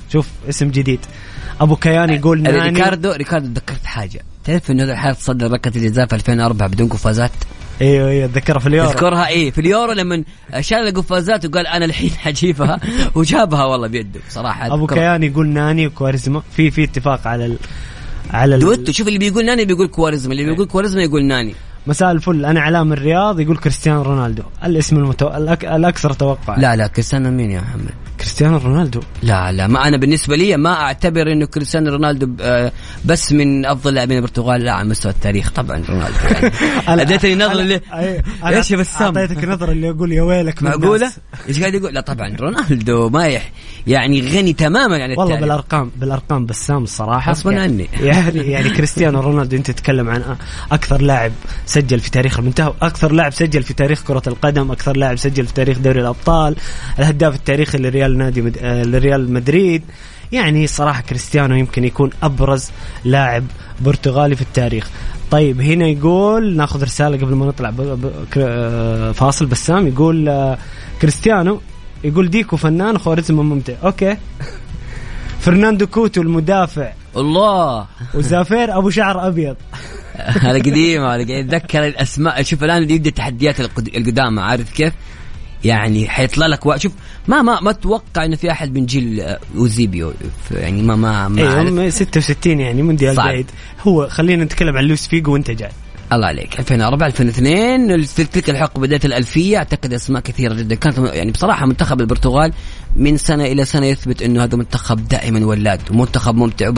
شوف اسم جديد. ابو كيان يقول ناني. ريكاردو ذكرت حاجه، تعرف انه هذا الحارس صدر ركله الجزاء في 2004 بدون قفازات. ايوه ذكرها في اليورو. اذكرها في اليورو لما شال القفازات وقال انا الحين حجيبها وجابها والله بيده صراحه. ابو كيان يقول ناني وكواريزما، في اتفاق على دوتو. شوف اللي بيقول ناني بيقول كواريزما، اللي بيقول كواريزما يقول ناني. مساء الفل، انا علام الرياض يقول كريستيانو رونالدو. الاسم الاكثر توقع. لا كريستيانو مين يا محمد؟ كريستيانو رونالدو. لا ما انا بالنسبه لي ما اعتبر انه كريستيانو رونالدو بس من افضل لاعبين البرتغال لا على مستوى التاريخ. طبعا رونالدو يعني اديتني نظره اللي ايش بسام اعطيتك نظره اللي يقول يا ويلك معقوله ايش قاعد يقول؟ لا طبعا رونالدو ما يعني غني تماما عن والله بالارقام بسام الصراحه غصبا عني. يعني كريستيانو رونالدو انت تتكلم عن اكثر لاعب سجل في تاريخ المنتخب، اكثر لاعب سجل في تاريخ كره القدم، اكثر لاعب سجل في تاريخ دوري الابطال، الهداف التاريخي لريال مدريد. يعني صراحه كريستيانو يمكن يكون ابرز لاعب برتغالي في التاريخ. طيب هنا يقول ناخذ رساله قبل ما نطلع فاصل. بسام يقول كريستيانو يقول ديكو فنان، خوارزمي ممتع. اوكي. فرناندو كوتو المدافع الله، وزافير ابو شعر ابيض. هذا قديم، هذا قاعد يتذكر الاسماء. شوف الان يبدا التحديات القدامى، عارف كيف يعني حيطلع لك شوف ما اتوقع انه في احد من جيل اوزيبيو يعني ما 66 يعني مونديال بعيد. هو خلينا نتكلم عن لويس فيجو وانت جاي. الله عليك 2004 2002 تلك الحقبه بدايه الألفية. اعتقد اسماء كثيره جدا كانت يعني بصراحه منتخب البرتغال من سنه الى سنه يثبت انه هذا منتخب دائما ولاد ومنتخب ممتع.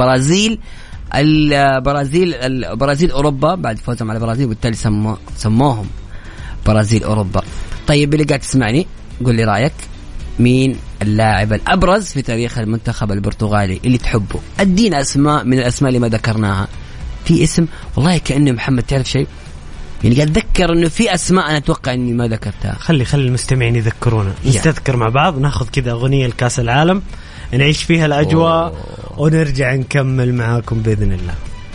البرازيل اوروبا بعد فوزهم على البرازيل وبالتالي سموهم برازيل اوروبا. طيب اللي قاعد تسمعني قول لي رايك، مين اللاعب الابرز في تاريخ المنتخب البرتغالي اللي تحبه؟ ادينا اسماء من الاسماء اللي ما ذكرناها. في اسم والله كأنه محمد تعرف شيء يعني قاعد أتذكر إنه في أسماء أنا أتوقع إني ما ذكرتها. خلي المستمعين يذكرونا، نستذكر مع بعض، ناخذ كذا أغنية لكأس العالم نعيش فيها الأجواء ونرجع نكمل معاكم بإذن الله.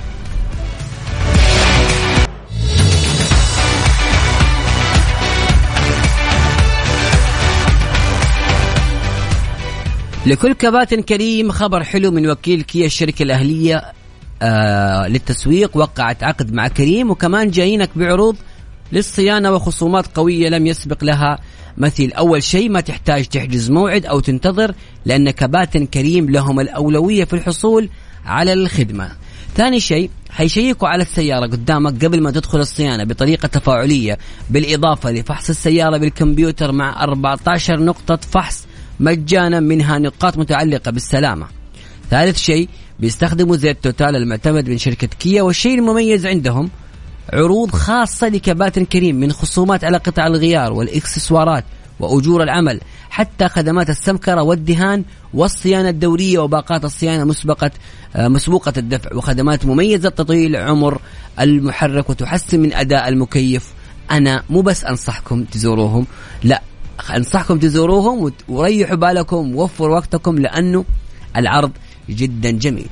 لكل كباتن كريم خبر حلو من وكيل كيا الشركة الأهلية للتسويق. وقعت عقد مع كريم وكمان جايينك بعروض للصيانة وخصومات قوية لم يسبق لها مثيل. أول شيء ما تحتاج تحجز موعد أو تنتظر لأن كباتن كريم لهم الأولوية في الحصول على الخدمة. ثاني شيء حيشيكوا على السيارة قدامك قبل ما تدخل الصيانة بطريقة تفاعلية، بالإضافة لفحص السيارة بالكمبيوتر مع 14 نقطة فحص مجانا منها نقاط متعلقة بالسلامة. ثالث شيء بيستخدموا زيت توتال المعتمد من شركة كيا، والشيء المميز عندهم عروض خاصة لكباتن كريم من خصومات على قطع الغيار والإكسسوارات وأجور العمل حتى خدمات السمكرة والدهان والصيانة الدورية وباقات الصيانة مسبوقة الدفع وخدمات مميزة تطويل عمر المحرك وتحسن من أداء المكيف. أنا مو بس أنصحكم تزوروهم، لا أنصحكم تزوروهم وريحوا بالكم ووفروا وقتكم لأنه العرض جدا جميل.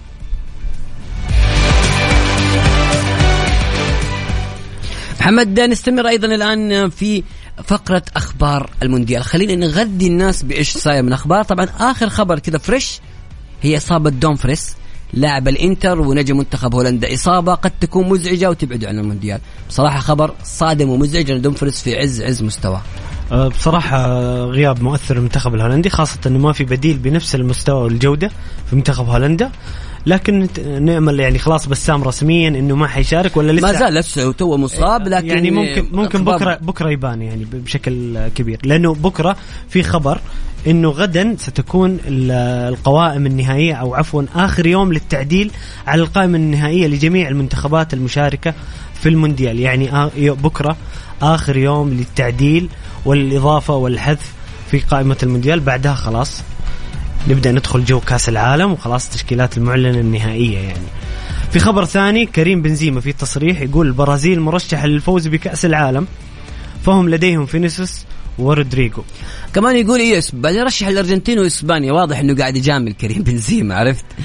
محمد نستمر أيضا الآن في فقرة أخبار المونديال. خلينا نغذي الناس بإيش صاير من أخبار. طبعا آخر خبر كذا فريش هي إصابة دومفريس لاعب الإنتر ونجم منتخب هولندا. إصابة قد تكون مزعجة وتبعد عن المونديال. بصراحة خبر صادم ومزعج أن دومفريس في عز مستوى. بصراحة غياب مؤثر المنتخب الهولندي، خاصة أنه ما في بديل بنفس المستوى والجودة في منتخب هولندا. لكن نأمل يعني خلاص بسام رسميا انه ما حيشارك ولا لسه ما زال لسه تو مصاب، لكن يعني ممكن بكره يبان يعني بشكل كبير، لانه بكره في خبر انه غدا ستكون القوائم النهائيه او عفوا اخر يوم للتعديل على القائمه النهائيه لجميع المنتخبات المشاركه في المونديال. يعني بكره اخر يوم للتعديل والاضافه والحذف في قائمه المونديال، بعدها خلاص نبدأ ندخل جو كاس العالم وخلاص تشكيلات المعلنة النهائية. يعني في خبر ثاني كريم بنزيما في تصريح يقول البرازيل مرشحة للفوز بكأس العالم فهم لديهم فينيسيوس ورودريغو. كمان يقول بعد يرشح الأرجنتين وإسبانيا. واضح إنه قاعد يجامل كريم بنزيما، عرفت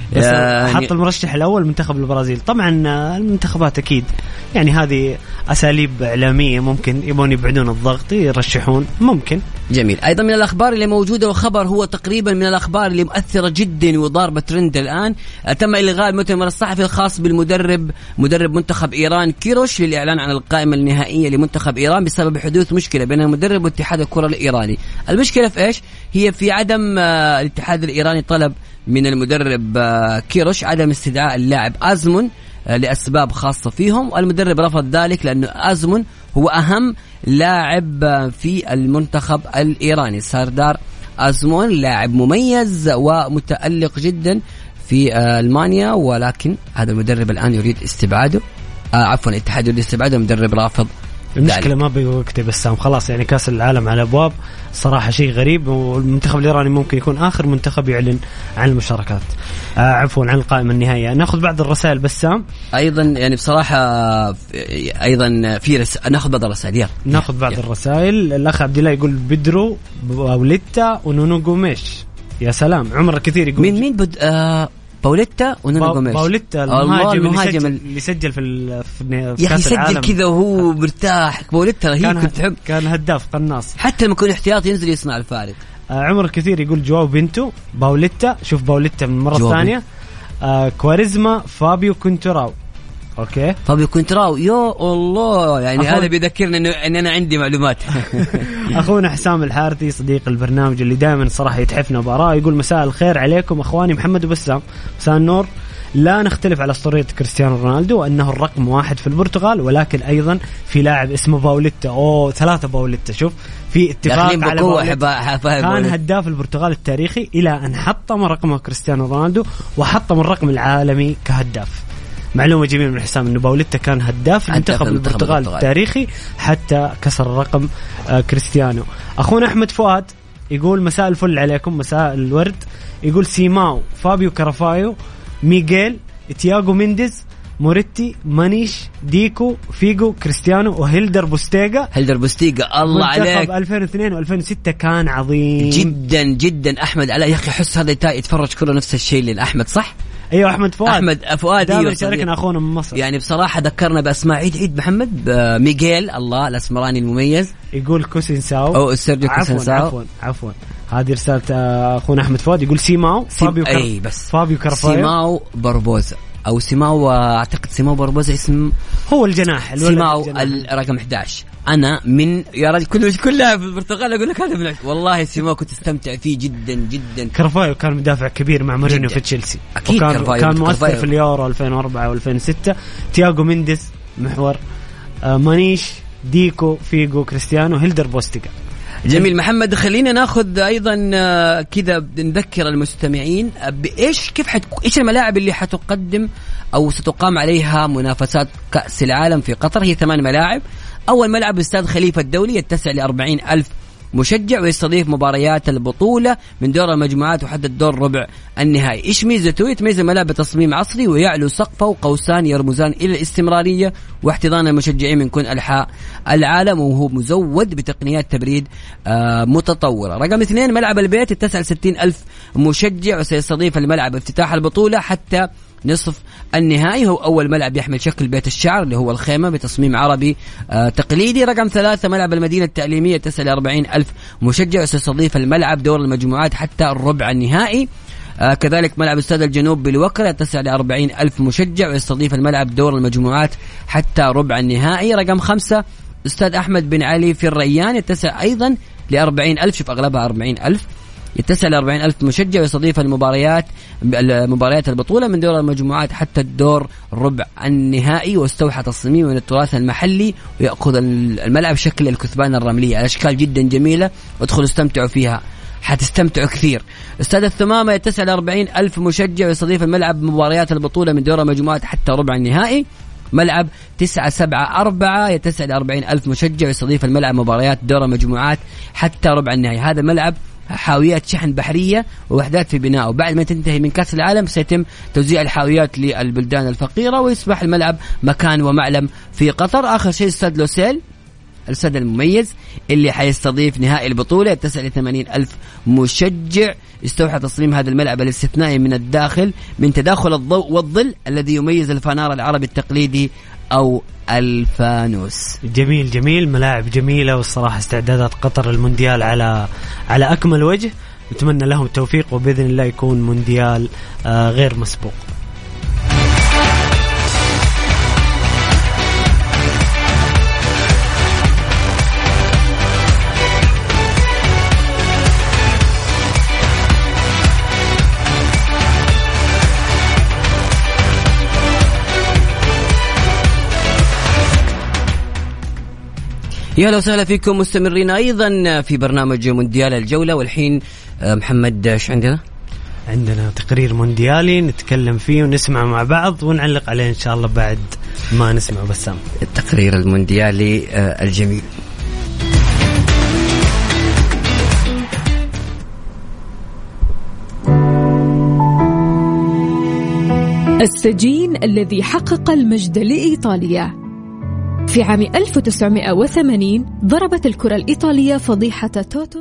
حط المرشح الأول منتخب البرازيل. طبعا المنتخبات أكيد يعني هذه أساليب إعلامية، ممكن يبون يبعدون الضغط يرشحون، ممكن. جميل. أيضا من الأخبار اللي موجودة، وخبر هو تقريبا من الأخبار اللي مؤثرة جدا وضاربة ترند الآن، تم إلغاء المؤتمر الصحفي الخاص مدرب منتخب إيران كيروش للإعلان عن القائمة النهائية لمنتخب إيران بسبب حدوث مشكلة بين المدرب واتحاد الكرة الإيراني. المشكلة في إيش؟ هي في عدم الاتحاد الإيراني طلب من المدرب كيروش عدم استدعاء اللاعب أزمون لأسباب خاصة فيهم، والمدرب رفض ذلك لأنه أزمون هو أهم لاعب في المنتخب الإيراني. ساردار أزمون لاعب مميز ومتألق جدا في ألمانيا، ولكن هذا المدرب الآن يريد استبعاده، الاتحاد يريد استبعاده، المدرب رافض. المشكلة ما بيوقته بسام، خلاص يعني كاس العالم على أبواب، صراحة شيء غريب، والمنتخب الإيراني ممكن يكون آخر منتخب يعلن عن المشاركات، عفوا عن القائمة النهائية. ناخذ بعض الرسائل بسام. أيضا يعني بصراحة أيضا في ناخذ بعض الرسائل. ناخذ بعض الرسائل. الأخ عبد الله يقول بدرو باوليتا ونونو غوميش. يا سلام. عمر كثير يقول مين باوليتا ونونو غوميش. باوليتا المهاجم اللي سجل في كاس العالم، يسجل كذا وهو مرتاح. باوليتا رهيب، كنت تحب، كان هداف قناص، حتى لما يكون احتياطي ينزل يصنع الفارق. عمر كثير يقول جواو بنتو باوليتا. شوف باوليتا من مرة ثانية. كواريزما فابيو كونتراو. اوكي فابيو كونتراو، يا الله يعني هذا بيذكرنا ان انا عندي معلومات. اخونا حسام الحارثي صديق البرنامج اللي دائما صراحه يتحفنا بآراء، يقول مساء الخير عليكم اخواني محمد وبسام. مساء النور. لا نختلف على اسطورية كريستيانو رونالدو انه الرقم 1 في البرتغال، ولكن ايضا في لاعب اسمه باوليتا. 3 باوليتا. شوف في اتفاق على باوليتا، كان هداف البرتغال التاريخي الى ان حطم رقمه كريستيانو رونالدو وحطم الرقم العالمي كهداف. معلومة جميلة من حسام إنه باوليتا كان هداف منتخب البرتغال التاريخي حتى كسر الرقم كريستيانو. أخونا أحمد فؤاد يقول مساء الفل عليكم، مساء الورد. يقول سيماو، فابيو كارافايو، ميغيل، تياغو مينديز، موريتي، مانيش، ديكو، فيجو، كريستيانو، وهيلدر بوستيغا. الله عليك. 2002 و2006 كان عظيم جدا جدا. أحمد على يا أخي حس هذا يتفرج كله نفس الشيء للأحمد، صح؟ ايوه احمد فؤاد دائما يشاركنا اخونا من مصر. يعني بصراحه ذكرنا باسماء عيد محمد. ميغيل الله الاسمراني المميز. يقول كوسينساو او سيرجيو كوسينساو. عفوا هذه رساله اخونا احمد فؤاد. يقول سيماو فابيو كارفايو، سيماو باربوزا او سيماو، اعتقد سيماو باربوزا اسم هو الجناح. سيماو الرقم 11. انا من يا رجل كلها في البرتغال اقول لك هذا من والله سيماو كنت استمتع فيه جدا جدا. كارفايو كان مدافع كبير مع مورينيو في تشيلسي، كان مؤثر في اليورو 2004 و2006. تياغو مينديز محور، مانيش، ديكو، فيجو، كريستيانو، هيلدر بوستيغا. جميل محمد. خلينا ناخذ ايضا كذا نذكر المستمعين بايش ايش الملاعب اللي حتقدم او ستقام عليها منافسات كأس العالم في قطر. هي 8 ملاعب. اول ملعب استاد خليفة الدولي يتسع ل40,000 مشجع ويستضيف مباريات البطولة من دور المجموعات وحد دور ربع النهائي. إيش ميزته؟ يتميز الملعب بتصميم عصري ويعلو سقفه وقوسان يرمزان إلى الاستمرارية واحتضان المشجعين من كل أنحاء العالم، وهو مزود بتقنيات تبريد متطورة. رقم 2 ملعب البيت يتسع ل60,000 مشجع وسيستضيف الملعب افتتاح البطولة حتى نصف النهائي. هو أول ملعب يحمل شكل بيت الشعر اللي هو الخيمة بتصميم عربي تقليدي. رقم 3 ملعب المدينة التعليمية تسع ل40,000 مشجع وسيستضيف الملعب دور المجموعات حتى الربع النهائي. كذلك ملعب استاد الجنوب بالوكرة يتسع ل40,000 مشجع ويستضيف الملعب دور المجموعات حتى ربع النهائي. رقم 5 استاد أحمد بن علي في الريان يتسع أيضا ل40,000، شوف أغلبها 40,000، يتسع ل40,000 مشجع ويستضيف مباريات البطولة من دور المجموعات حتى الدور ربع النهائي. واستوحى تصميم من التراث المحلي ويأخذ الملعب شكل الكثبان الرملية، الأشكال جدا جميلة، ادخلوا استمتعوا فيها حتستمتعوا كثير. استاد الثمامة يتسع ل40,000 مشجع ويستضيف الملعب مباريات البطولة من دور المجموعات حتى ربع النهائي. ملعب 974 يتسع ل40,000 مشجع ويستضيف الملعب مباريات دور المجموعات حتى ربع النهائي. هذا ملعب حاويات شحن بحرية ووحدات في بناء، وبعد ما تنتهي من كأس العالم سيتم توزيع الحاويات للبلدان الفقيرة ويصبح الملعب مكان ومعلم في قطر. آخر شيء استاد لوسيل الاستاد المميز اللي حيستضيف نهائي البطولة. يتسع ل 80,000 مشجع. استوحى تصميم هذا الملعب الاستثنائي من الداخل من تداخل الضوء والظل الذي يميز الفنار العربي التقليدي أو الفانوس. جميل جميل، ملاعب جميلة، والصراحة استعدادات قطر المونديال على أكمل وجه. نتمنى لهم التوفيق وبإذن الله يكون مونديال غير مسبوق. يا لو سهلا فيكم مستمرين أيضا في برنامج مونديال الجولة. والحين محمد ايش عندنا؟ عندنا تقرير مونديالي نتكلم فيه ونسمع مع بعض ونعلق عليه إن شاء الله بعد ما نسمع بسام. التقرير المونديالي الجميل. السجين الذي حقق المجد لإيطاليا. في عام 1980 ضربت الكرة الإيطالية فضيحة توتو.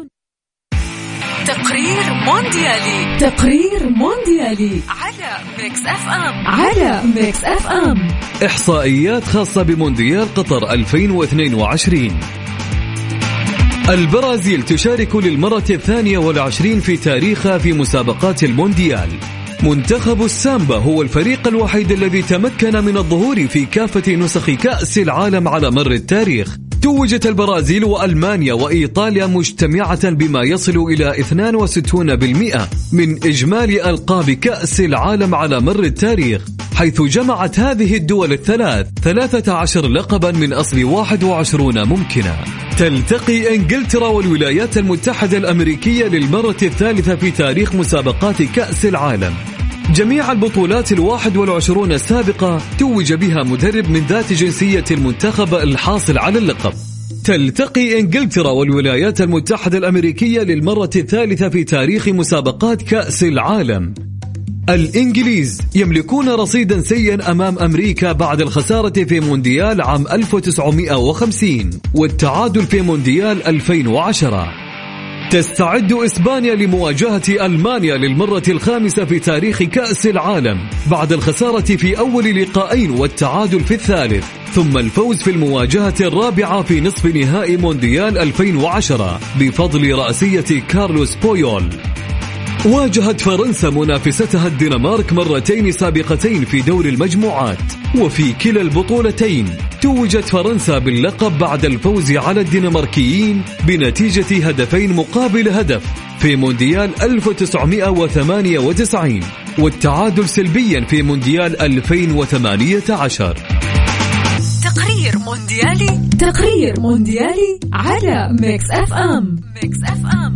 تقرير مونديالي. تقرير مونديالي على ميكس اف ام. على ميكس اف ام. إحصائيات خاصة بمونديال قطر 2022. البرازيل تشارك للمرة 22 في تاريخها في مسابقات المونديال. منتخب السامبا هو الفريق الوحيد الذي تمكن من الظهور في كافة نسخ كأس العالم على مر التاريخ. توجت البرازيل وألمانيا وإيطاليا مجتمعة بما يصل إلى 62% من إجمالي ألقاب كأس العالم على مر التاريخ، حيث جمعت هذه الدول الثلاث 13 لقبا من أصل 21 ممكنة. تلتقي إنجلترا والولايات المتحدة الأمريكية للمرة الثالثة في تاريخ مسابقات كأس العالم. جميع البطولات 21 السابقة توج بها مدرب من ذات جنسية المنتخب الحاصل على اللقب. تلتقي إنجلترا والولايات المتحدة الأمريكية للمرة الثالثة في تاريخ مسابقات كأس العالم. الإنجليز يملكون رصيدا سيئا أمام أمريكا بعد الخسارة في مونديال عام 1950 والتعادل في مونديال 2010. تستعد إسبانيا لمواجهة ألمانيا للمرة الخامسة في تاريخ كأس العالم بعد الخسارة في أول لقاءين والتعادل في الثالث، ثم الفوز في المواجهة الرابعة في نصف نهائي مونديال 2010 بفضل رأسية كارلوس بويول. واجهت فرنسا منافستها الدنمارك مرتين سابقتين في دور المجموعات، وفي كلا البطولتين توجت فرنسا باللقب بعد الفوز على الدنماركيين بنتيجة 2-1 في مونديال 1998 والتعادل سلبيا في مونديال 2018. تقرير مونديالي. تقرير مونديالي على ميكس اف ام. ميكس اف ام.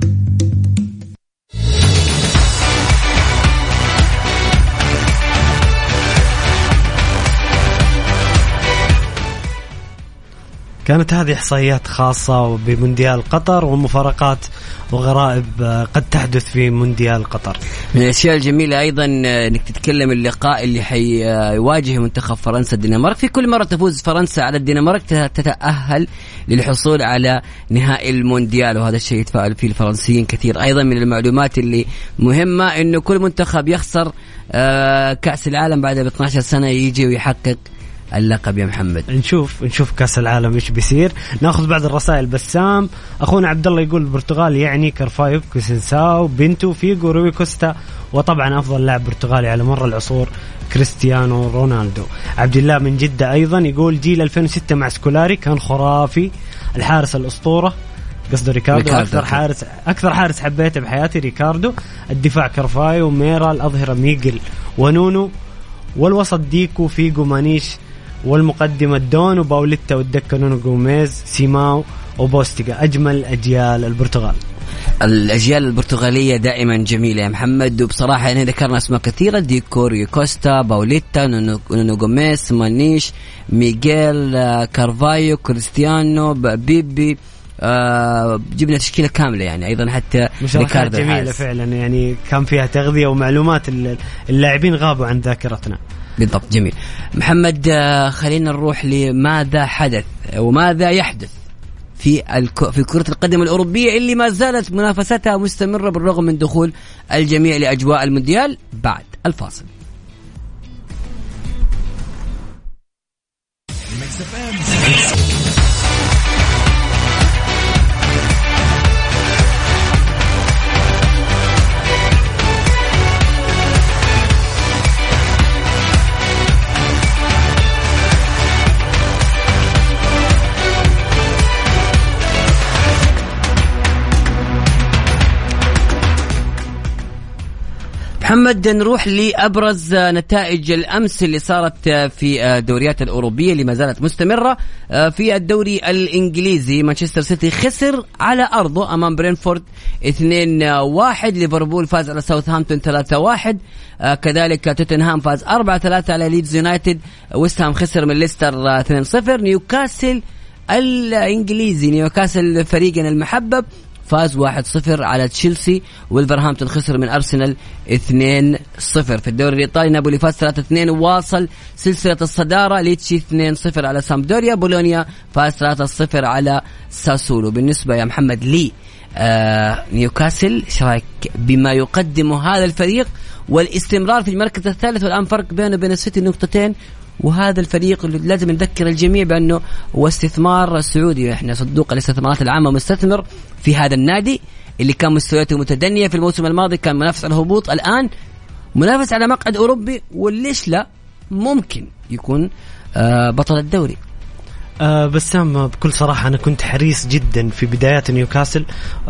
كانت هذه إحصائيات خاصة بمونديال قطر ومفارقات وغرائب قد تحدث في مونديال قطر. من الأشياء الجميلة أيضا أنك تتكلم اللقاء اللي حيواجه منتخب فرنسا الدنمارك. في كل مرة تفوز فرنسا على الدنمارك تتأهل للحصول على نهائي المونديال، وهذا الشيء يتفاعل فيه الفرنسيين كثير. أيضا من المعلومات اللي مهمة أنه كل منتخب يخسر كأس العالم بعد 12 سنة يجي ويحقق اللقب. يا محمد نشوف كأس العالم ايش بيصير. ناخذ بعض الرسائل. بسام اخونا عبد الله يقول البرتغال يعني كارفايو، كوسنساو، بنتو، فيغو، روي كوستا، وطبعا افضل لاعب برتغالي على مر العصور كريستيانو رونالدو. عبد الله من جدة ايضا يقول جيل 2006 مع سكولاري كان خرافي، الحارس الاسطورة قصده ريكاردو. اكثر حارس حبيته بحياتي ريكاردو. الدفاع كارفايو، ميرا، الاظهرة ميغل ونونو، والوسط ديكو، فيغو، مانيش، والمقدمة دون وباوليتا، والدكة نونو غوميز، سيماو وبوستيغا. أجمل أجيال البرتغال. الأجيال البرتغالية دائما جميلة يا محمد، وبصراحة يعني ذكرنا أسماء كثيرة: ديكو، روي كوستا، باوليتا، نونو غوميز، مانيش، ميغيل، كارفايو، كريستيانو، بيبي. جبنا تشكيلة كاملة يعني. أيضا حتى ريكاردو جميلة فعلا يعني، كان فيها تغذية ومعلومات اللاعبين غابوا عن ذاكرتنا. بالضبط. جميل. محمد خلينا نروح لماذا حدث وماذا يحدث في كرة القدم الأوروبية اللي ما زالت منافستها مستمرة بالرغم من دخول الجميع لأجواء المونديال بعد الفاصل. محمد، نروح لأبرز نتائج الأمس اللي صارت في الدوريات الأوروبية اللي ما زالت مستمرة. في الدوري الإنجليزي مانشستر سيتي خسر على أرضه أمام برينفورد 2-1. ليفربول فاز على ساوثهامبتون 3-1. كذلك توتنهام فاز 4-3 على ليدز يونايتد. ويست هام خسر من ليستر 2-0. نيوكاسل الإنجليزي، نيوكاسل فريقنا المحبب، فاز 1-0 على تشيلسي. وولفرهامبتون خسر من أرسنال 2-0. في الدوري الإيطالي نابولي فاز 3-2 وواصل سلسلة الصدارة. ليتشي 2-0 على سامدوريا. بولونيا فاز 3-0 على ساسولو. بالنسبة يا محمد لي نيوكاسل، ايش رايك بما يقدمه هذا الفريق والاستمرار في المركز الثالث، والآن فرق بينه وبين السيتي نقطتين، وهذا الفريق اللي لازم نذكر الجميع بأنه هو استثمار سعودي. احنا صندوق الاستثمارات العامة مستثمر في هذا النادي اللي كان مستوياته متدنية في الموسم الماضي، كان منافس على الهبوط، الآن منافس على مقعد أوروبي، وليش لا ممكن يكون بطل الدوري. بسام، بكل صراحة أنا كنت حريص جدا في بدايات نيوكاسل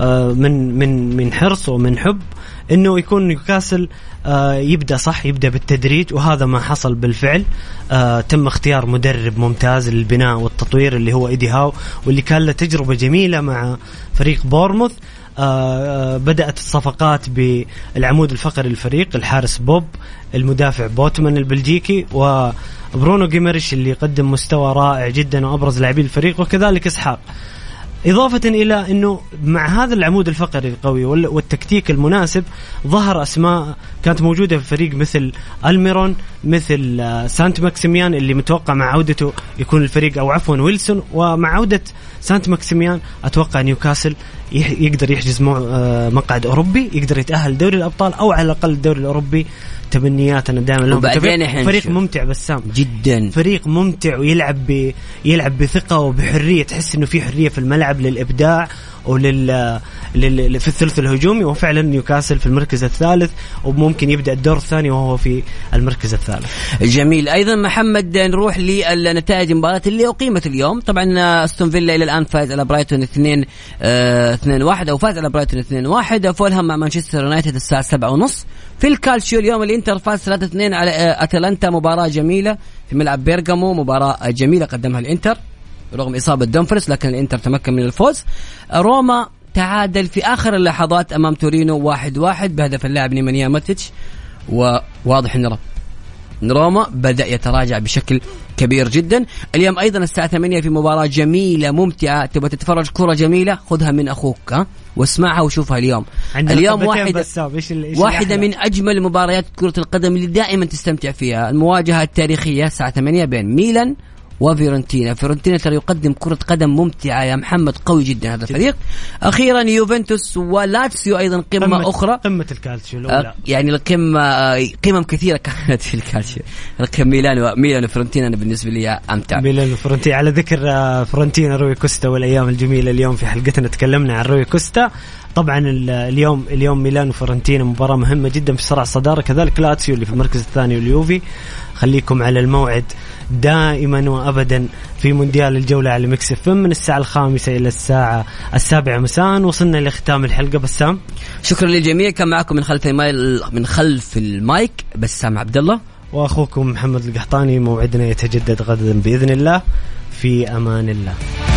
من حرص ومن حب إنه يكون نيوكاسل يبدأ بالتدريج، وهذا ما حصل بالفعل. تم اختيار مدرب ممتاز للبناء والتطوير اللي هو إيدي هاو، واللي كان له تجربة جميلة مع فريق بورموث. بدأت الصفقات بالعمود الفقري للفريق، الحارس بوب، المدافع بوتمان البلجيكي، وبرونو جيميريش اللي قدم مستوى رائع جدا وأبرز لاعبي الفريق، وكذلك إسحاق. إضافة إلى أنه مع هذا العمود الفقري القوي والتكتيك المناسب ظهر أسماء كانت موجودة في الفريق مثل الميرون، مثل سانت ماكسيميان اللي متوقع مع عودته يكون الفريق، أو عفوا ويلسون. ومع عودة سانت ماكسيميان أتوقع نيوكاسل يقدر يحجز مقعد أوروبي، يقدر يتأهل دوري الأبطال أو على الأقل الدوري الأوروبي. تمنياتنا دائما لهم. فريق ممتع بسام جدا، فريق ممتع ويلعب بثقة وبحرية، تحس إنه في حرية في الملعب للإبداع في الثلث الهجومي. وفعلا نيوكاسل في المركز الثالث، وممكن يبدأ الدور الثاني وهو في المركز الثالث. جميل. أيضا محمد، نروح للنتائج المباراة اللي أقيمت اليوم. طبعا أستون فيلا إلى الآن فاز على برايتون 2-1 أو فاز على برايتون 2-1. فولهام مع مانشستر يونايتد الساعة 7:30. في الكالشيو اليوم الإنتر فاز 3-2 على أتلانتا، مباراة جميلة في ملعب بيرغامو، مباراة جميلة قدمها الإنتر رغم إصابة دومفريس، لكن الإنتر تمكن من الفوز. روما تعادل في آخر اللحظات أمام تورينو 1-1 بهدف اللاعب نيمانيا ماتيتش. وواضح أن روما بدأ يتراجع بشكل كبير جدا. اليوم أيضا الساعة 8 في مباراة جميلة ممتعة. تبغى تتفرج كرة جميلة خذها من أخوك واسمعها وشوفها. اليوم واحدة من أجمل مباريات كرة القدم اللي دائما تستمتع فيها، المواجهة التاريخية الساعة 8 بين ميلان وفيورنتينا. فيورنتينا ترى يقدم كرة قدم ممتعة يا محمد، قوي جدا هذا الفريق. أخيرا يوفنتوس ولاتسيو أيضا قمة أخرى، قمة الكالتشيو الأولى. يعني القمة قمم كثيرة كانت في الكالتشيو. ميلان وفيورنتينا أنا بالنسبة لي أمتع. ميلان وفيورنتينا. على ذكر فيورنتينا، روي كوستا والأيام الجميلة، اليوم في حلقتنا تكلمنا عن روي كوستا. طبعا اليوم ميلان وفيورنتينا مباراة مهمة جدا في صراع الصدارة، كذلك لاتسيو اللي في المركز الثاني واليوفي. خليكم على الموعد دائما وأبدا في مونديال الجولة على ميكس اف ام من الساعة 5 إلى الساعة 7 مساء. وصلنا لختام الحلقة. بسام، شكرا للجميع. كان معكم من خلف المايك بسام عبد الله، وأخوكم محمد القحطاني. موعدنا يتجدد غدا بإذن الله. في أمان الله.